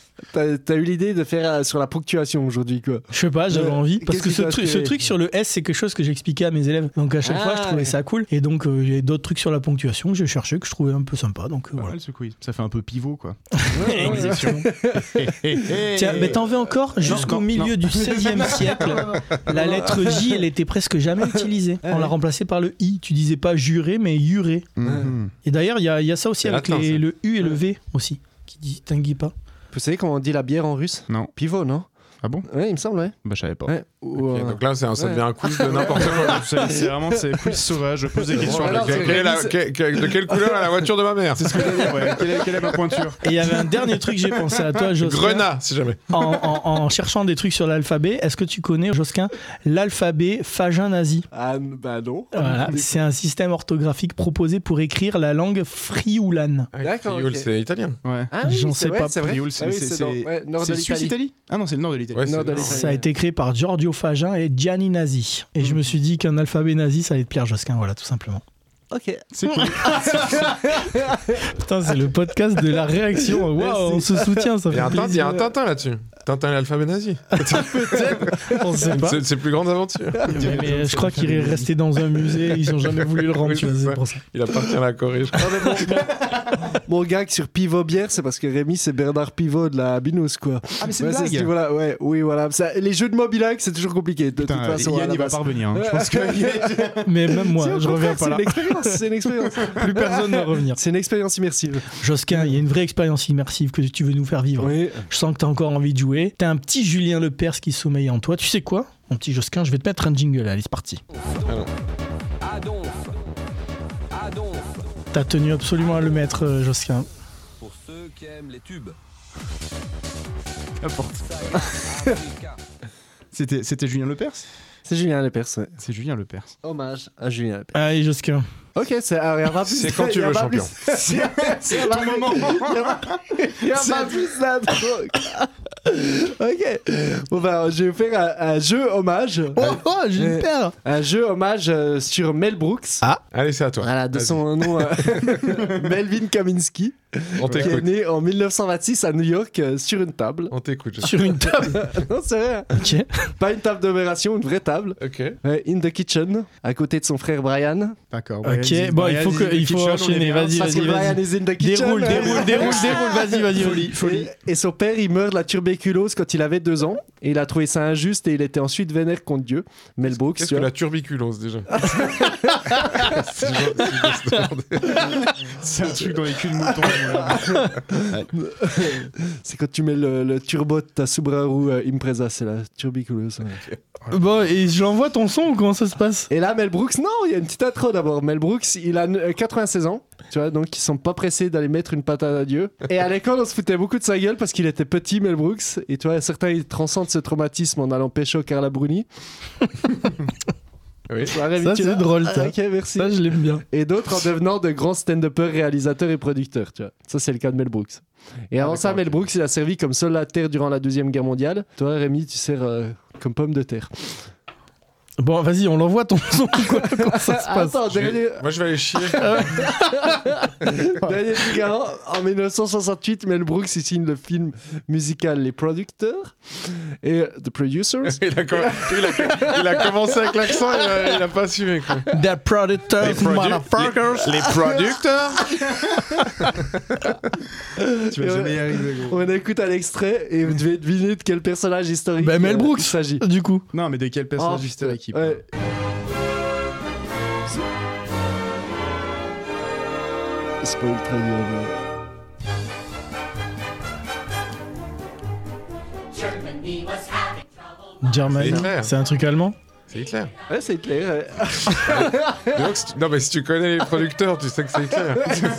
t'as eu l'idée de faire sur la ponctuation aujourd'hui, quoi. Je sais pas, j'avais envie. Parce qu'est-ce que qui t'a ce inspiré truc sur le S, c'est quelque chose chose que j'expliquais à mes élèves. Donc à chaque fois, je trouvais ça cool. Et donc, j'ai d'autres trucs sur la ponctuation que j'ai cherché, que je trouvais un peu sympa. Donc Pas voilà. mal ce quiz. Ça fait un peu pivot, quoi. Exactement. Tiens, mais t'en veux encore jusqu'au milieu du XVIe siècle. La lettre J, elle était presque jamais utilisée. On l'a remplacée par le I. Tu disais pas juré, mais juré. Et d'ailleurs, il y a ça aussi C'est avec latin, ça. le U et le V aussi, qui distinguent pas. Vous savez comment on dit la bière en russe? Non. Pivot, non? Ah bon? Ouais, il me semble, ouais. Bah, je savais pas. Ouais. Ou, Ok, donc là, ça devient un quiz de n'importe quoi. C'est vraiment quiz sauvage. Je pose des questions. Alors, De quelle couleur est la voiture de ma mère? C'est ce que je veux dire, ouais. Quelle est ma pointure? Et il y avait un dernier truc, j'ai pensé à toi, Josquin. Grenat, si jamais. En cherchant des trucs sur l'alphabet, est-ce que tu connais, Josquin, l'alphabet Fagin nazi? Ah, bah non. Voilà, c'est un système orthographique proposé pour écrire la langue frioulane. D'accord, Frioul, ok. c'est italien. Ouais. Ah oui, J'en c'est sais vrai, pas. c'est vrai. Frioul, Ah oui, c'est dans- ouais, nord c'est de le Suisse l'Italie. Italie? Ah non, c'est le nord de l'Italie. Ouais, Nord de c'est- l'Italie. Ça a été créé par Giorgio Fagin et Gianni Nazi. Et je me suis dit qu'un alphabet nazi, ça allait te plaire, Josquin, voilà, tout simplement. Ok. C'est cool. Putain, c'est le podcast de la réaction. Waouh, on se soutient, ça Il y fait a un plaisir. Tintin là-dessus. Tintin et l'alphabet nazi. On sait pas. C'est ses plus grandes aventures. Mais je crois qu'il est resté dans un musée, ils ont jamais voulu le rendre, Oui, tu vois, c'est c'est ça. pour ça. Il appartient à la Corée. je crois. Non, mais mon gag sur Pivot Bière, c'est parce que Rémi, c'est Bernard Pivot de la Binous, quoi. Ah, mais c'est Ouais, une blague. voilà, ouais, oui, voilà. Ça, les jeux de mots bilingues, c'est toujours compliqué. De toute Putain, façon, à Yann, la il va base. pas revenir. Hein. Je pense que. Mais même moi, Si, au je reviens contraire, pas là. C'est une expérience, c'est une expérience. Plus personne ne va revenir. C'est une expérience immersive. Josquin, il y a une vraie expérience immersive que tu veux nous faire vivre. Oui. Je sens que t'as encore envie de jouer. T'as un petit Julien Lepers qui sommeille en toi. Tu sais quoi, mon petit Josquin, je vais te mettre un jingle. Allez, c'est parti. T'as tenu absolument à le mettre, Josquin. Pour ceux qui aiment les tubes. C'était Julien Lepers? C'est Julien Lepers, ouais. C'est Julien Lepers. Hommage à Julien Lepers. Allez, Josquin. Ok, c'est il y a pas plus. C'est quand tu il y a veux, pas champion. plus. C'est ton moment. Il y a pas plus là. Ok. Bon bah, je vais faire un jeu hommage. Oh, j'espère. Un jeu hommage sur Mel Brooks. Allez, c'est à toi. Voilà, de Vas-y. son nom Melvin Kaminski, On qui est t'écoute. né en 1926 à New York sur une table. On t'écoute. je- Sur une table. Non, c'est vrai. Hein. Ok. Pas une table d'opération, une vraie table. Ok. Ouais, in the kitchen, à côté de son frère Brian. D'accord. Ok, bon, il faut enchaîner. Vas-y, Parce que Brian vas-y. is in the kitchen. Déroule. Vas-y. Et son père, il meurt de la tuberculose quand il avait 2 ans. Et il a trouvé ça injuste et il était ensuite vénère contre Dieu. Mel Brooks, Qu'est-ce tu que vois. la turbiculose déjà? C'est un truc dans les culs de mouton. C'est quand tu mets le turbo de ta Subaru Impreza, c'est la tuberculose. Bon, et j'envoie ton son ou comment ça se passe? Et là, Mel Brooks, non, il y a une petite intro d'abord. Mel Brooks, il a 96 ans, tu vois, donc ils sont pas pressés d'aller mettre une patate à Dieu. Et à l'école, on se foutait beaucoup de sa gueule parce qu'il était petit, Mel Brooks. Et tu vois, certains, ils transcendent ce traumatisme en allant pécho Carla Bruni. Oui. Ça, c'est drôle, ça. Ok, merci. Ça, je l'aime bien. Et d'autres en devenant de grands stand-uppers, réalisateurs et producteurs, tu vois. Ça, c'est le cas de Mel Brooks. Et avant ça, Mel Brooks, il a servi comme soldat durant la Deuxième Guerre mondiale. Toi, Rémi, tu sers comme pomme de terre. Bon, vas-y, on l'envoie ton son ou quoi? Comment ça se passe? Attends, dernier Moi, je vais aller chier. truc avant. En 1968, Mel Brooks il signe le film musical Les Producteurs et The Producers. Il a commencé avec l'accent, il a pas assumé. Quoi. The Predators, motherfuckers. Les producteurs. Tu vas jamais y arriver, gros. On écoute un extrait et vous devez deviner de quel personnage historique Bah, Mel Brooks, il s'agit. du coup. Non, mais de quel personnage Oh, historique il ouais. C'est pas ultra dur. mais- German, Hitler. c'est un truc allemand? C'est Hitler. Ouais, c'est Hitler. ouais. Donc, non, mais si tu connais les producteurs, tu sais que c'est Hitler.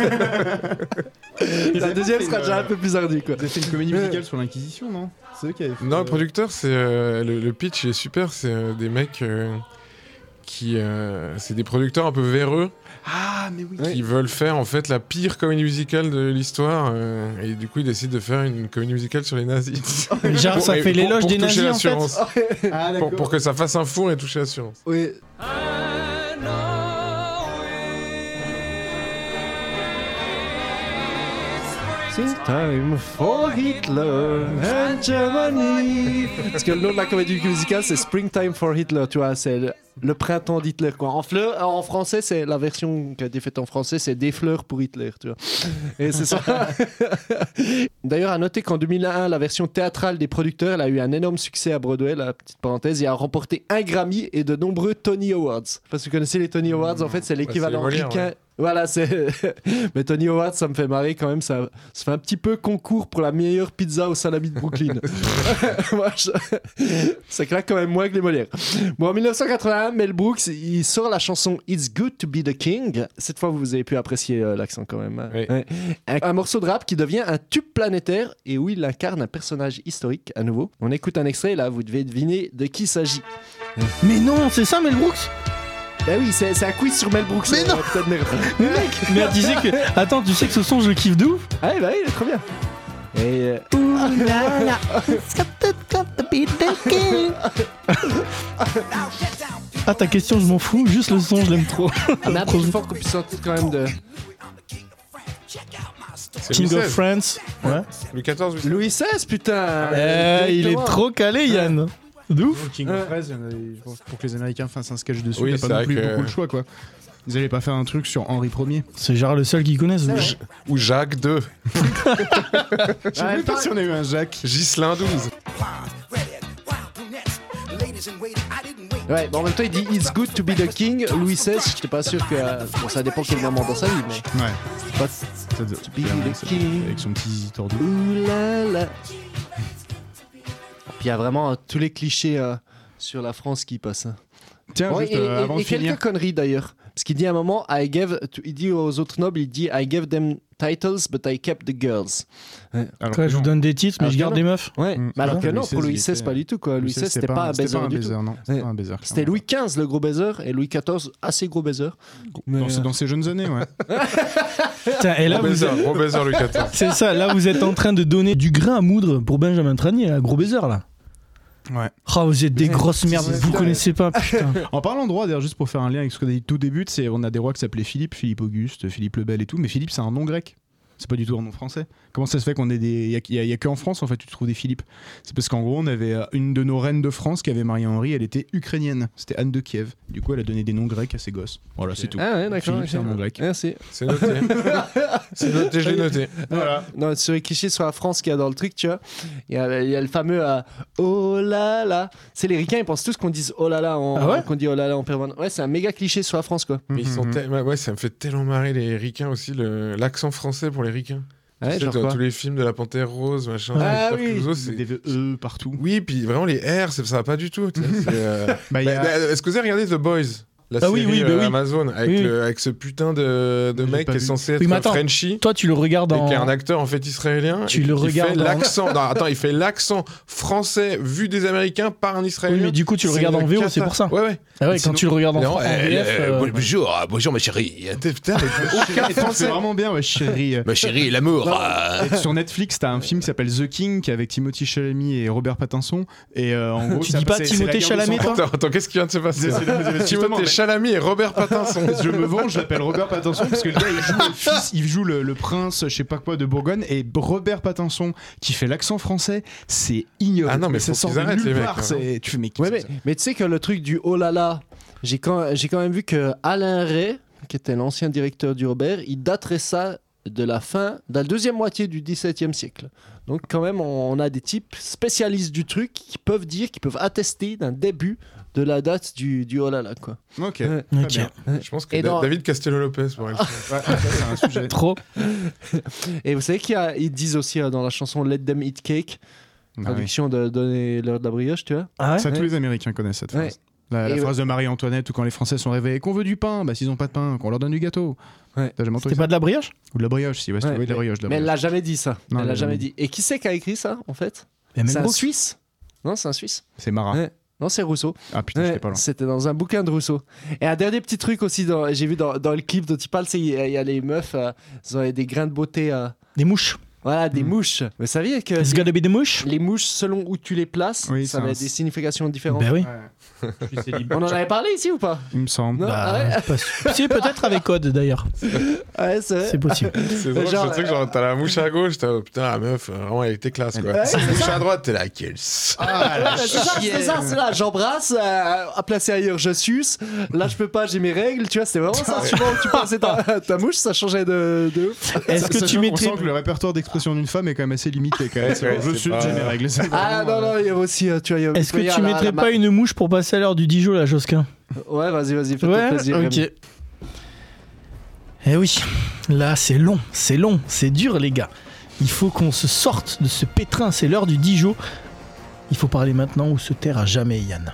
La deuxième sera déjà un peu plus ardue, quoi. Vous avez fait une comédie musicale sur l'Inquisition, non? C'est eux qui avaient fait. Non, le producteur, c'est le pitch, il est super. C'est des mecs qui, c'est des producteurs un peu véreux Ah, mais oui. qui veulent faire en fait la pire comédie musicale de l'histoire et du coup ils décident de faire une comédie musicale sur les nazis. Genre, ça fait l'éloge des toucher nazis, en fait. l'assurance. Ah, Pour que ça fasse un four et toucher l'assurance. Oui. Si, Springtime for Hitler and Germany. Parce que le nom de la comédie musicale, c'est Springtime for Hitler, tu vois, c'est le printemps d'Hitler, quoi. En français, c'est la version qui a été faite en français, c'est Des fleurs pour Hitler, tu vois. Et c'est ça. D'ailleurs, à noter qu'en 2001, la version théâtrale des producteurs, elle a eu un énorme succès à Broadway, la petite parenthèse, et a remporté un Grammy et de nombreux Tony Awards. Parce que vous connaissez les Tony Awards, en fait, c'est l'équivalent ricain. Ouais. Voilà, c'est. Mais Tony Howard, ça me fait marrer quand même. Ça fait un petit peu concours pour la meilleure pizza au salami de Brooklyn. Ça claque quand même moins que les Molières. Bon, en 1981, Mel Brooks, il sort la chanson It's Good to Be the King. Cette fois, vous avez pu apprécier l'accent quand même. Oui. Ouais. Un morceau de rap qui devient un tube planétaire et où il incarne un personnage historique à nouveau. On écoute un extrait, là, vous devez deviner de qui il s'agit. Mais non, c'est ça Mel Brooks? Bah oui, c'est un quiz sur Mel Brooks. Mais non. Mais mec. Mais tu sais que... Attends, tu sais que ce son, je le kiffe de ouf. Ah bah oui, il est trop bien. Et Ah, ta question, je m'en fous. Juste le son, je l'aime trop. on a plus fort qu'on puisse sortir quand même de... C'est King Louis of XVI. France. Ouais. Louis XIV, Louis XVI, putain. Il est trop calé, Yann. De ouf. King of Fraise, pour que les Américains fassent un sketch dessus, Oui, t'as c'est pas non vrai plus que- beaucoup de choix, quoi. Ils allaient pas faire un truc sur Henri Ier. C'est genre le seul qu'ils connaissent. C'est ou- vrai. Ou Jacques II. Je sais même pas si on a eu un Jacques. Ghislain XII. Ouais, bon, en même temps, il dit It's good to be the king. Louis XVI, j'étais pas sûr que. Bon, ça dépend quel moment dans sa vie, mais. Ouais. c'est pas. Ça doit- be the king. Avec son petit zizi tordu. Ouh là là. Puis il y a vraiment tous les clichés sur la France qui passent. Hein. Tiens, Ouais, juste avant de et quelques finir. conneries d'ailleurs. Parce qu'il dit à un moment, il dit aux autres nobles, il dit I gave them titles, but I kept the girls. Alors Quoi, que je vous non. donne des titres, mais Alors je garde que des non. meufs. Ouais, mais alors que Louis non, pour XVI, Louis il XVI, était- pas du tout quoi. Louis XVI, c'était pas un baiser du tout. Non, c'était Ouais. pas un baiser. C'était Louis XV le gros baiser et Louis XIV assez gros baiser. Mais, Dans ses jeunes années, ouais. Putain, et là, Gros baiser, vous gros baiser Louis XIV. c'est ça, là vous êtes en train de donner du grain à moudre pour Benjamin Tranier, un gros baiser là. Ouais. Oh, vous êtes des Ouais, grosses merdes, c'est- vous connaissez pas, putain. En parlant de rois, d'ailleurs, juste pour faire un lien avec ce qu'on a dit tout début, c'est on a des rois qui s'appelaient Philippe, Philippe Auguste, Philippe le Bel et tout, mais Philippe c'est un nom grec. C'est pas du tout un nom français. Comment ça se fait qu'on ait des. Il y a que en France en fait tu trouves des Philippe. C'est parce qu'en gros on avait une de nos reines de France qui avait marié Henri, elle était ukrainienne. C'était Anne de Kiev. Du coup elle a donné des noms grecs à ses gosses. Voilà, c'est tout. Ah ouais, d'accord. Philippe, c'est un nom grec. Merci. C'est noté. C'est noté, je l'ai noté. Voilà. Non, sur les clichés sur la France qu'il y a dans le truc, tu vois, il y a le fameux oh là là. C'est les ricains, ils pensent tous qu'on dise oh là là, Ah ouais qu'on dit oh là là en permanence. Ouais, c'est un méga cliché sur la France quoi. Mais ils sont Mhm. tellement. Ouais, ça me fait tellement marrer les ricains aussi, l'accent français pour les ricains. Ouais, Tu sais, genre dans quoi. tous les films de la Panthère Rose, machin. Ah Victor oui. Clouseau, c'est- Des E partout. Oui, puis vraiment les R, ça va pas du tout. tu sais, Bah, il y a- Est-ce que vous avez regardé The Boys? La Ah oui, série oui, bah oui. Amazon, avec, Oui. avec ce putain de J'ai mec pas qui est vu. censé être Oui, mais attends. Frenchie. Toi, tu le regardes Et en. qui est un acteur en fait israélien. Tu et le qui regardes fait en- l'accent. Non, attends, il fait l'accent français vu des Américains par un Oui, Israélien. mais du coup, tu le C'est regardes en une VO, cata. c'est pour ça. Ouais, ouais. Ah ouais, Sinon- quand tu le regardes en Non, VF. bonjour ma chérie. Putain, mais aucun c'est français. vraiment bien, ouais, chérie. Ma chérie, l'amour. Et sur Netflix, t'as un film qui s'appelle The King, qui est avec Timothée Chalamet et Robert Pattinson. Et en gros, Tu ça- dis pas c'est Timothée la guerre de Chalamet, 100 ans. toi Attends, qu'est-ce qui vient de se passer Justement, Timothée mais- Chalamet et Robert Pattinson. Je me venge, je l'appelle Robert Pattinson parce que le gars il joue le fils, il joue le prince, je sais pas quoi de Bourgogne, et Robert Pattinson qui fait l'accent français, c'est ignoble. Ah non, mais ça faut sort qu'ils de arrêtent, nulle les mecs, part, hein. Tu fais mais Ouais, mais tu sais que le truc du oh là là, j'ai quand même vu que Alain Ray, qui était l'ancien directeur du Robert, il daterait ça de la deuxième moitié du XVIIe siècle. Donc quand même, on a des types spécialistes du truc qui peuvent attester d'un début de la date du oh là là quoi. Ok. Ouais. Très Ok. bien. Je pense que Et dans- David Castello-Lopez pourrait le faire. Ouais, ça, c'est un sujet. Trop. Et vous savez ils disent aussi dans la chanson Let Them Eat Cake, Ah oui. traduction de donner l'heure de la brioche, tu vois. Ah ouais Ça, tous Ouais. les Américains connaissent cette Ouais. phrase. La Et phrase de Marie-Antoinette ou quand les Français sont réveillés qu'on veut du pain, bah s'ils ont pas de pain, qu'on leur donne du gâteau. Ouais. T'as jamais entendu C'était ça pas de la brioche Ou de la brioche, si, ouais, Ouais, oui, de la brioche. de la Mais elle brioche. l'a jamais dit ça. Non, Elle l'a jamais dit. Et qui c'est qui a écrit ça en fait? Et même C'est un Brooks. Suisse. Non, c'est un Suisse. C'est Marat. Ouais. Non, c'est Rousseau. Ah putain, Ouais, j'étais pas loin. c'était dans un bouquin de Rousseau. Et un dernier petit truc aussi, j'ai vu dans le clip dont il parle, c'est il y a les meufs, elles ont des grains de beauté. Des mouches. Voilà, des mouches. Vous saviez que It's gonna be the mouche. les mouches, selon où tu les places, Oui, ça c'est va un- être des significations différentes. Ben oui. On en avait parlé ici ou pas? Il me semble. Non, Bah, ah ouais. pas sûr. Si, peut-être avec code d'ailleurs. Ouais, c'est vrai. C'est possible. C'est drôle, Genre, je sais que genre, t'as la mouche à gauche, t'as putain, la meuf, vraiment, elle était classe, quoi. Ouais, La c'est mouche ça. à droite, t'es là, quelle Ouais, c'est là, j'embrasse, à placer ailleurs, je suce. Là, je peux pas, j'ai mes règles, tu vois, c'était vraiment ça. Suivant où tu plaçais ta mouche, ça changeait de ouf. Est-ce que tu On mettrais. sent que le répertoire d'expression d'une femme est quand même assez limité. Quand même. Ouais, je c'est suis pas- j'ai mes règles. c'est Ah vraiment, non, il y a aussi, tu vois, il y a Est-ce que il y a tu la- mettrais la- pas une mouche pour passer à l'heure du Dijon, là, Josquin? Ouais, vas-y, fais-toi Ouais, plaisir. ok. Rémi. Eh oui, là, c'est long, c'est dur, les gars. Il faut qu'on se sorte de ce pétrin, c'est l'heure du Dijon. Il faut parler maintenant ou se taire à jamais, Yann.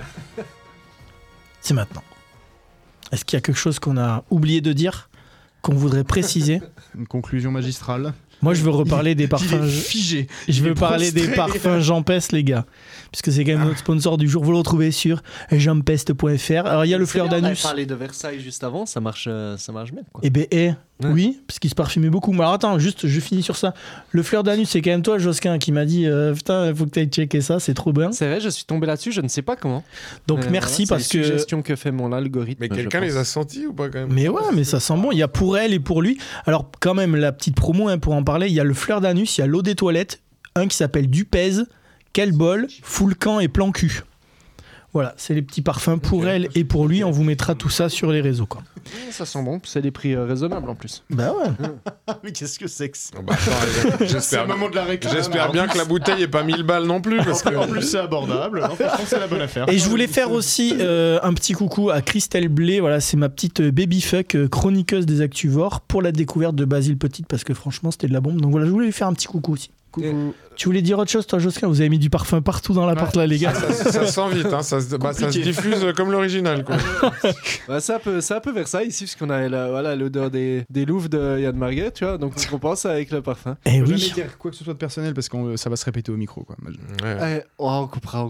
C'est maintenant. Est-ce qu'il y a quelque chose qu'on a oublié de dire, qu'on voudrait préciser? Une conclusion magistrale. Moi, je veux reparler des parfums. Il est figé. Je Il veux est parler des prostré. parfums Jean Peste, les gars. Puisque c'est quand même notre sponsor du jour. Vous le retrouvez sur jeanpeste.fr. Alors, il y a le C'est fleur bien, on avait d'anus. parlé de Versailles juste avant, ça marche bien. Quoi. Eh ben, Ouais. oui, parce qu'il se parfumait beaucoup. Mais alors, attends, juste, je finis sur ça. Le fleur d'anus, c'est quand même toi, Josquin, qui m'a dit putain, il faut que tu ailles checker ça, c'est trop bien. C'est vrai, je suis tombé là-dessus, je ne sais pas comment. Donc, merci voilà, parce c'est les que. suggestions que fait mon algorithme. Mais quelqu'un les a sentis ou pas, quand même? Mais ouais, mais ça sent bon. Il y a pour elle et pour lui. Alors, quand même, la petite promo pour en parler, il y a le fleur d'anus, il y a l'eau des toilettes, un qui s'appelle Dupèze, Quel bol, Full Camp et Plan Cul. Voilà, c'est les petits parfums pour elle et pour lui. On vous mettra tout ça sur les réseaux, quoi. Ça sent bon, c'est des prix raisonnables en plus. Bah ouais. Mais qu'est-ce que c'est que ça? Oh, bah, attends, j'espère de la réclame. j'espère bien que la bouteille est pas 1000 balles non plus, parce que... En plus, c'est abordable. Non, franchement, c'est la bonne affaire. Et je voulais faire aussi un petit coucou à Christelle Blé. Voilà, c'est ma petite babyfuck chroniqueuse des Actuvores pour la découverte de Basile Petite parce que franchement, c'était de la bombe. Donc voilà, je voulais lui faire un petit coucou aussi. Coucou. Tu voulais dire autre chose, toi, Josquin? Vous avez mis du parfum partout dans l'appart, là, les gars. Ça se sent vite, hein, ça se diffuse comme l'original, quoi. Ouais, c'est un peu Versailles ici, puisqu'on a l'odeur des louves de Yann Marguet, tu vois, donc on compense avec le parfum. Eh Faut oui. jamais dire quoi que ce soit de personnel parce que ça va se répéter au micro. Quoi. Ouais. On coupera.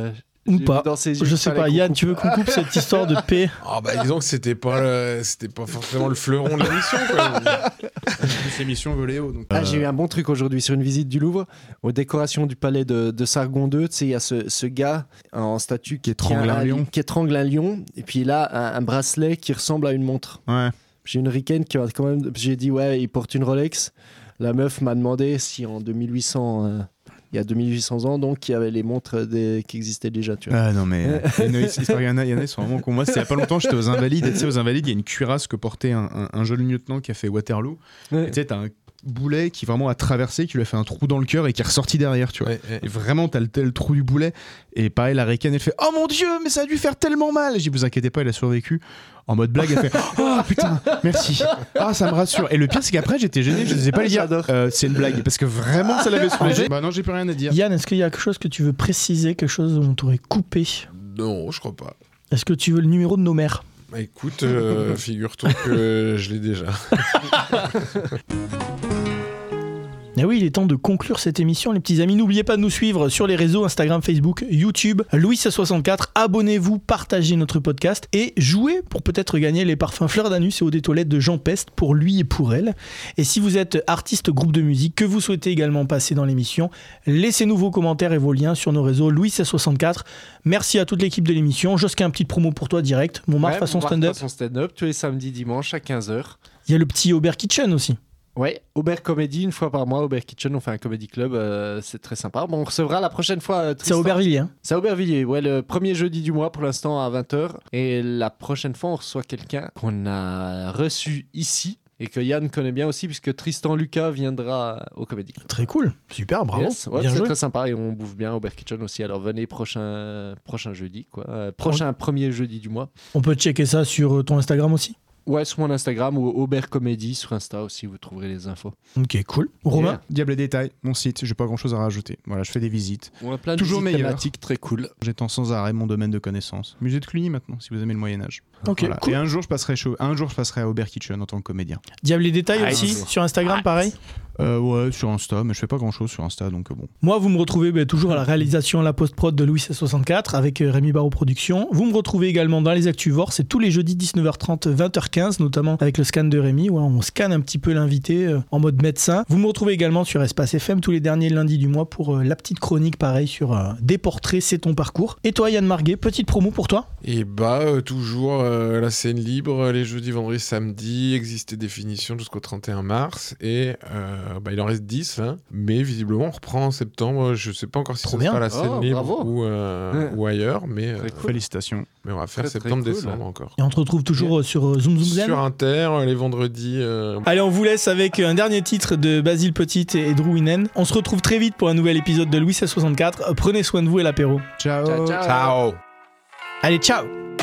Ou J'ai pas. vu dans ses yeux Je qu'il sais fallait pas. qu'on Yann, coupe. tu veux qu'on coupe cette histoire de paix? Oh, bah disons que c'était pas forcément le fleuron de l'émission, quoi. Cette émission Voléo. Donc, J'ai eu un bon truc aujourd'hui sur une visite du Louvre, aux décorations du palais de Sargon II. Tu sais, il y a ce gars en statue qui étrangle un lion. qui étrangle un lion, et puis il a un bracelet qui ressemble à une montre. ouais. J'ai une ricaine qui a quand même. J'ai dit, ouais, il porte une Rolex. La meuf m'a demandé si en 2800. Il y a 2800 ans, donc il y avait les montres qui existaient déjà, tu vois. Ah non, mais il y en a, ils sont vraiment cons. Moi, c'était il y a pas longtemps, j'étais aux Invalides. Et tu sais, aux Invalides, il y a une cuirasse que portait un jeune lieutenant qui a fait Waterloo. Ouais. Et tu sais, t'as un boulet qui vraiment a traversé, qui lui a fait un trou dans le cœur et qui est ressorti derrière, tu vois. Ouais. Et vraiment, t'as le trou du boulet. Et pareil, la récane, elle fait « Oh mon Dieu, mais ça a dû faire tellement mal !» J'ai dit « Vous inquiétez pas, il a survécu. » En mode blague, elle fait « Oh putain, merci. Ah, ça me rassure. » Et le pire, c'est qu'après, j'étais gêné, je ne sais pas le dire. J'adore. C'est une blague. Parce que vraiment, ça l'avait soulagé. Bah non, j'ai plus rien à dire. Yann, est-ce qu'il y a quelque chose que tu veux préciser, quelque chose où on t'aurait coupé? Non, je crois pas. Est-ce que tu veux le numéro de nos mères? Bah, écoute, figure-toi que je l'ai déjà. Eh oui, il est temps de conclure cette émission, les petits amis. N'oubliez pas de nous suivre sur les réseaux Instagram, Facebook, YouTube, Louis64. Abonnez-vous, partagez notre podcast et jouez pour peut-être gagner les parfums Fleur d'Anus et Eau des Toilettes de Jean Peste pour lui et pour elle. Et si vous êtes artiste, groupe de musique, que vous souhaitez également passer dans l'émission, laissez-nous vos commentaires et vos liens sur nos réseaux Louis64. Merci à toute l'équipe de l'émission. Josquin, une petite promo pour toi direct. Montmartre façon stand-up. Façon stand-up, tous les samedis, dimanches à 15h. Il y a le petit Aubert Kitchen aussi. Ouais, Aubert Comedy, une fois par mois, Aubert Kitchen, on fait un comedy club, c'est très sympa. Bon, on recevra la prochaine fois C'est à Tristan. Aubervilliers. Hein. C'est à Aubervilliers, ouais, le premier jeudi du mois pour l'instant à 20h. Et la prochaine fois, on reçoit quelqu'un qu'on a reçu ici et que Yann connaît bien aussi, puisque Tristan Lucas viendra au Comedy Club. Très cool. Super, bravo. Yes, ouais, Bien c'est joué. très sympa et on bouffe bien au Aubert Kitchen aussi. Alors venez prochain jeudi, quoi. Prochain premier jeudi du mois. On peut checker ça sur ton Instagram aussi. Ouais, sur mon Instagram ou Aubert Comedy sur Insta aussi, vous trouverez les infos. Ok, cool. Romain? Diable et détail, mon site, j'ai pas grand chose à rajouter. Voilà, je fais des visites. On a plein de Toujours visites meilleur. thématiques très cool. J'étends sans arrêt mon domaine de connaissances. Musée de Cluny maintenant, si vous aimez le Moyen-Âge. Ok, Voilà. cool. Et un jour, je passerai à Aubert Kitchen en tant que comédien. Diable et détails Ah, aussi, bonjour. sur Instagram, pareil. Ouais, sur Insta, mais je fais pas grand chose sur Insta, donc bon. Moi, vous me retrouvez toujours à la réalisation, à la post-prod de Louis 64 avec Rémi Barreau Productions. Vous me retrouvez également dans les Actuvores, c'est tous les jeudis 19h30, 20h15. 15, notamment avec le scan de Rémi, où on scanne un petit peu l'invité en mode médecin. Vous me retrouvez également sur Espace FM tous les derniers lundis du mois pour la petite chronique, pareil, sur des portraits, c'est ton parcours. Et toi, Yann Marguet, petite promo pour toi? Et toujours la scène libre, les jeudis, vendredis, samedis, existe des définitions jusqu'au 31 mars. Et il en reste 10, hein, mais visiblement on reprend en septembre. Je sais pas encore si Trop ça sera bien. la scène libre ou ailleurs, mais Félicitations. on va faire Très, très septembre-décembre cool. encore. Et on te retrouve toujours sur Zoom Zoom Zen. Sur Inter, les vendredis. Allez, on vous laisse avec un dernier titre de Basile Petit et Drew Winen. On se retrouve très vite pour un nouvel épisode de Louis 64. Prenez soin de vous et l'apéro. Ciao. Ciao. Allez, ciao!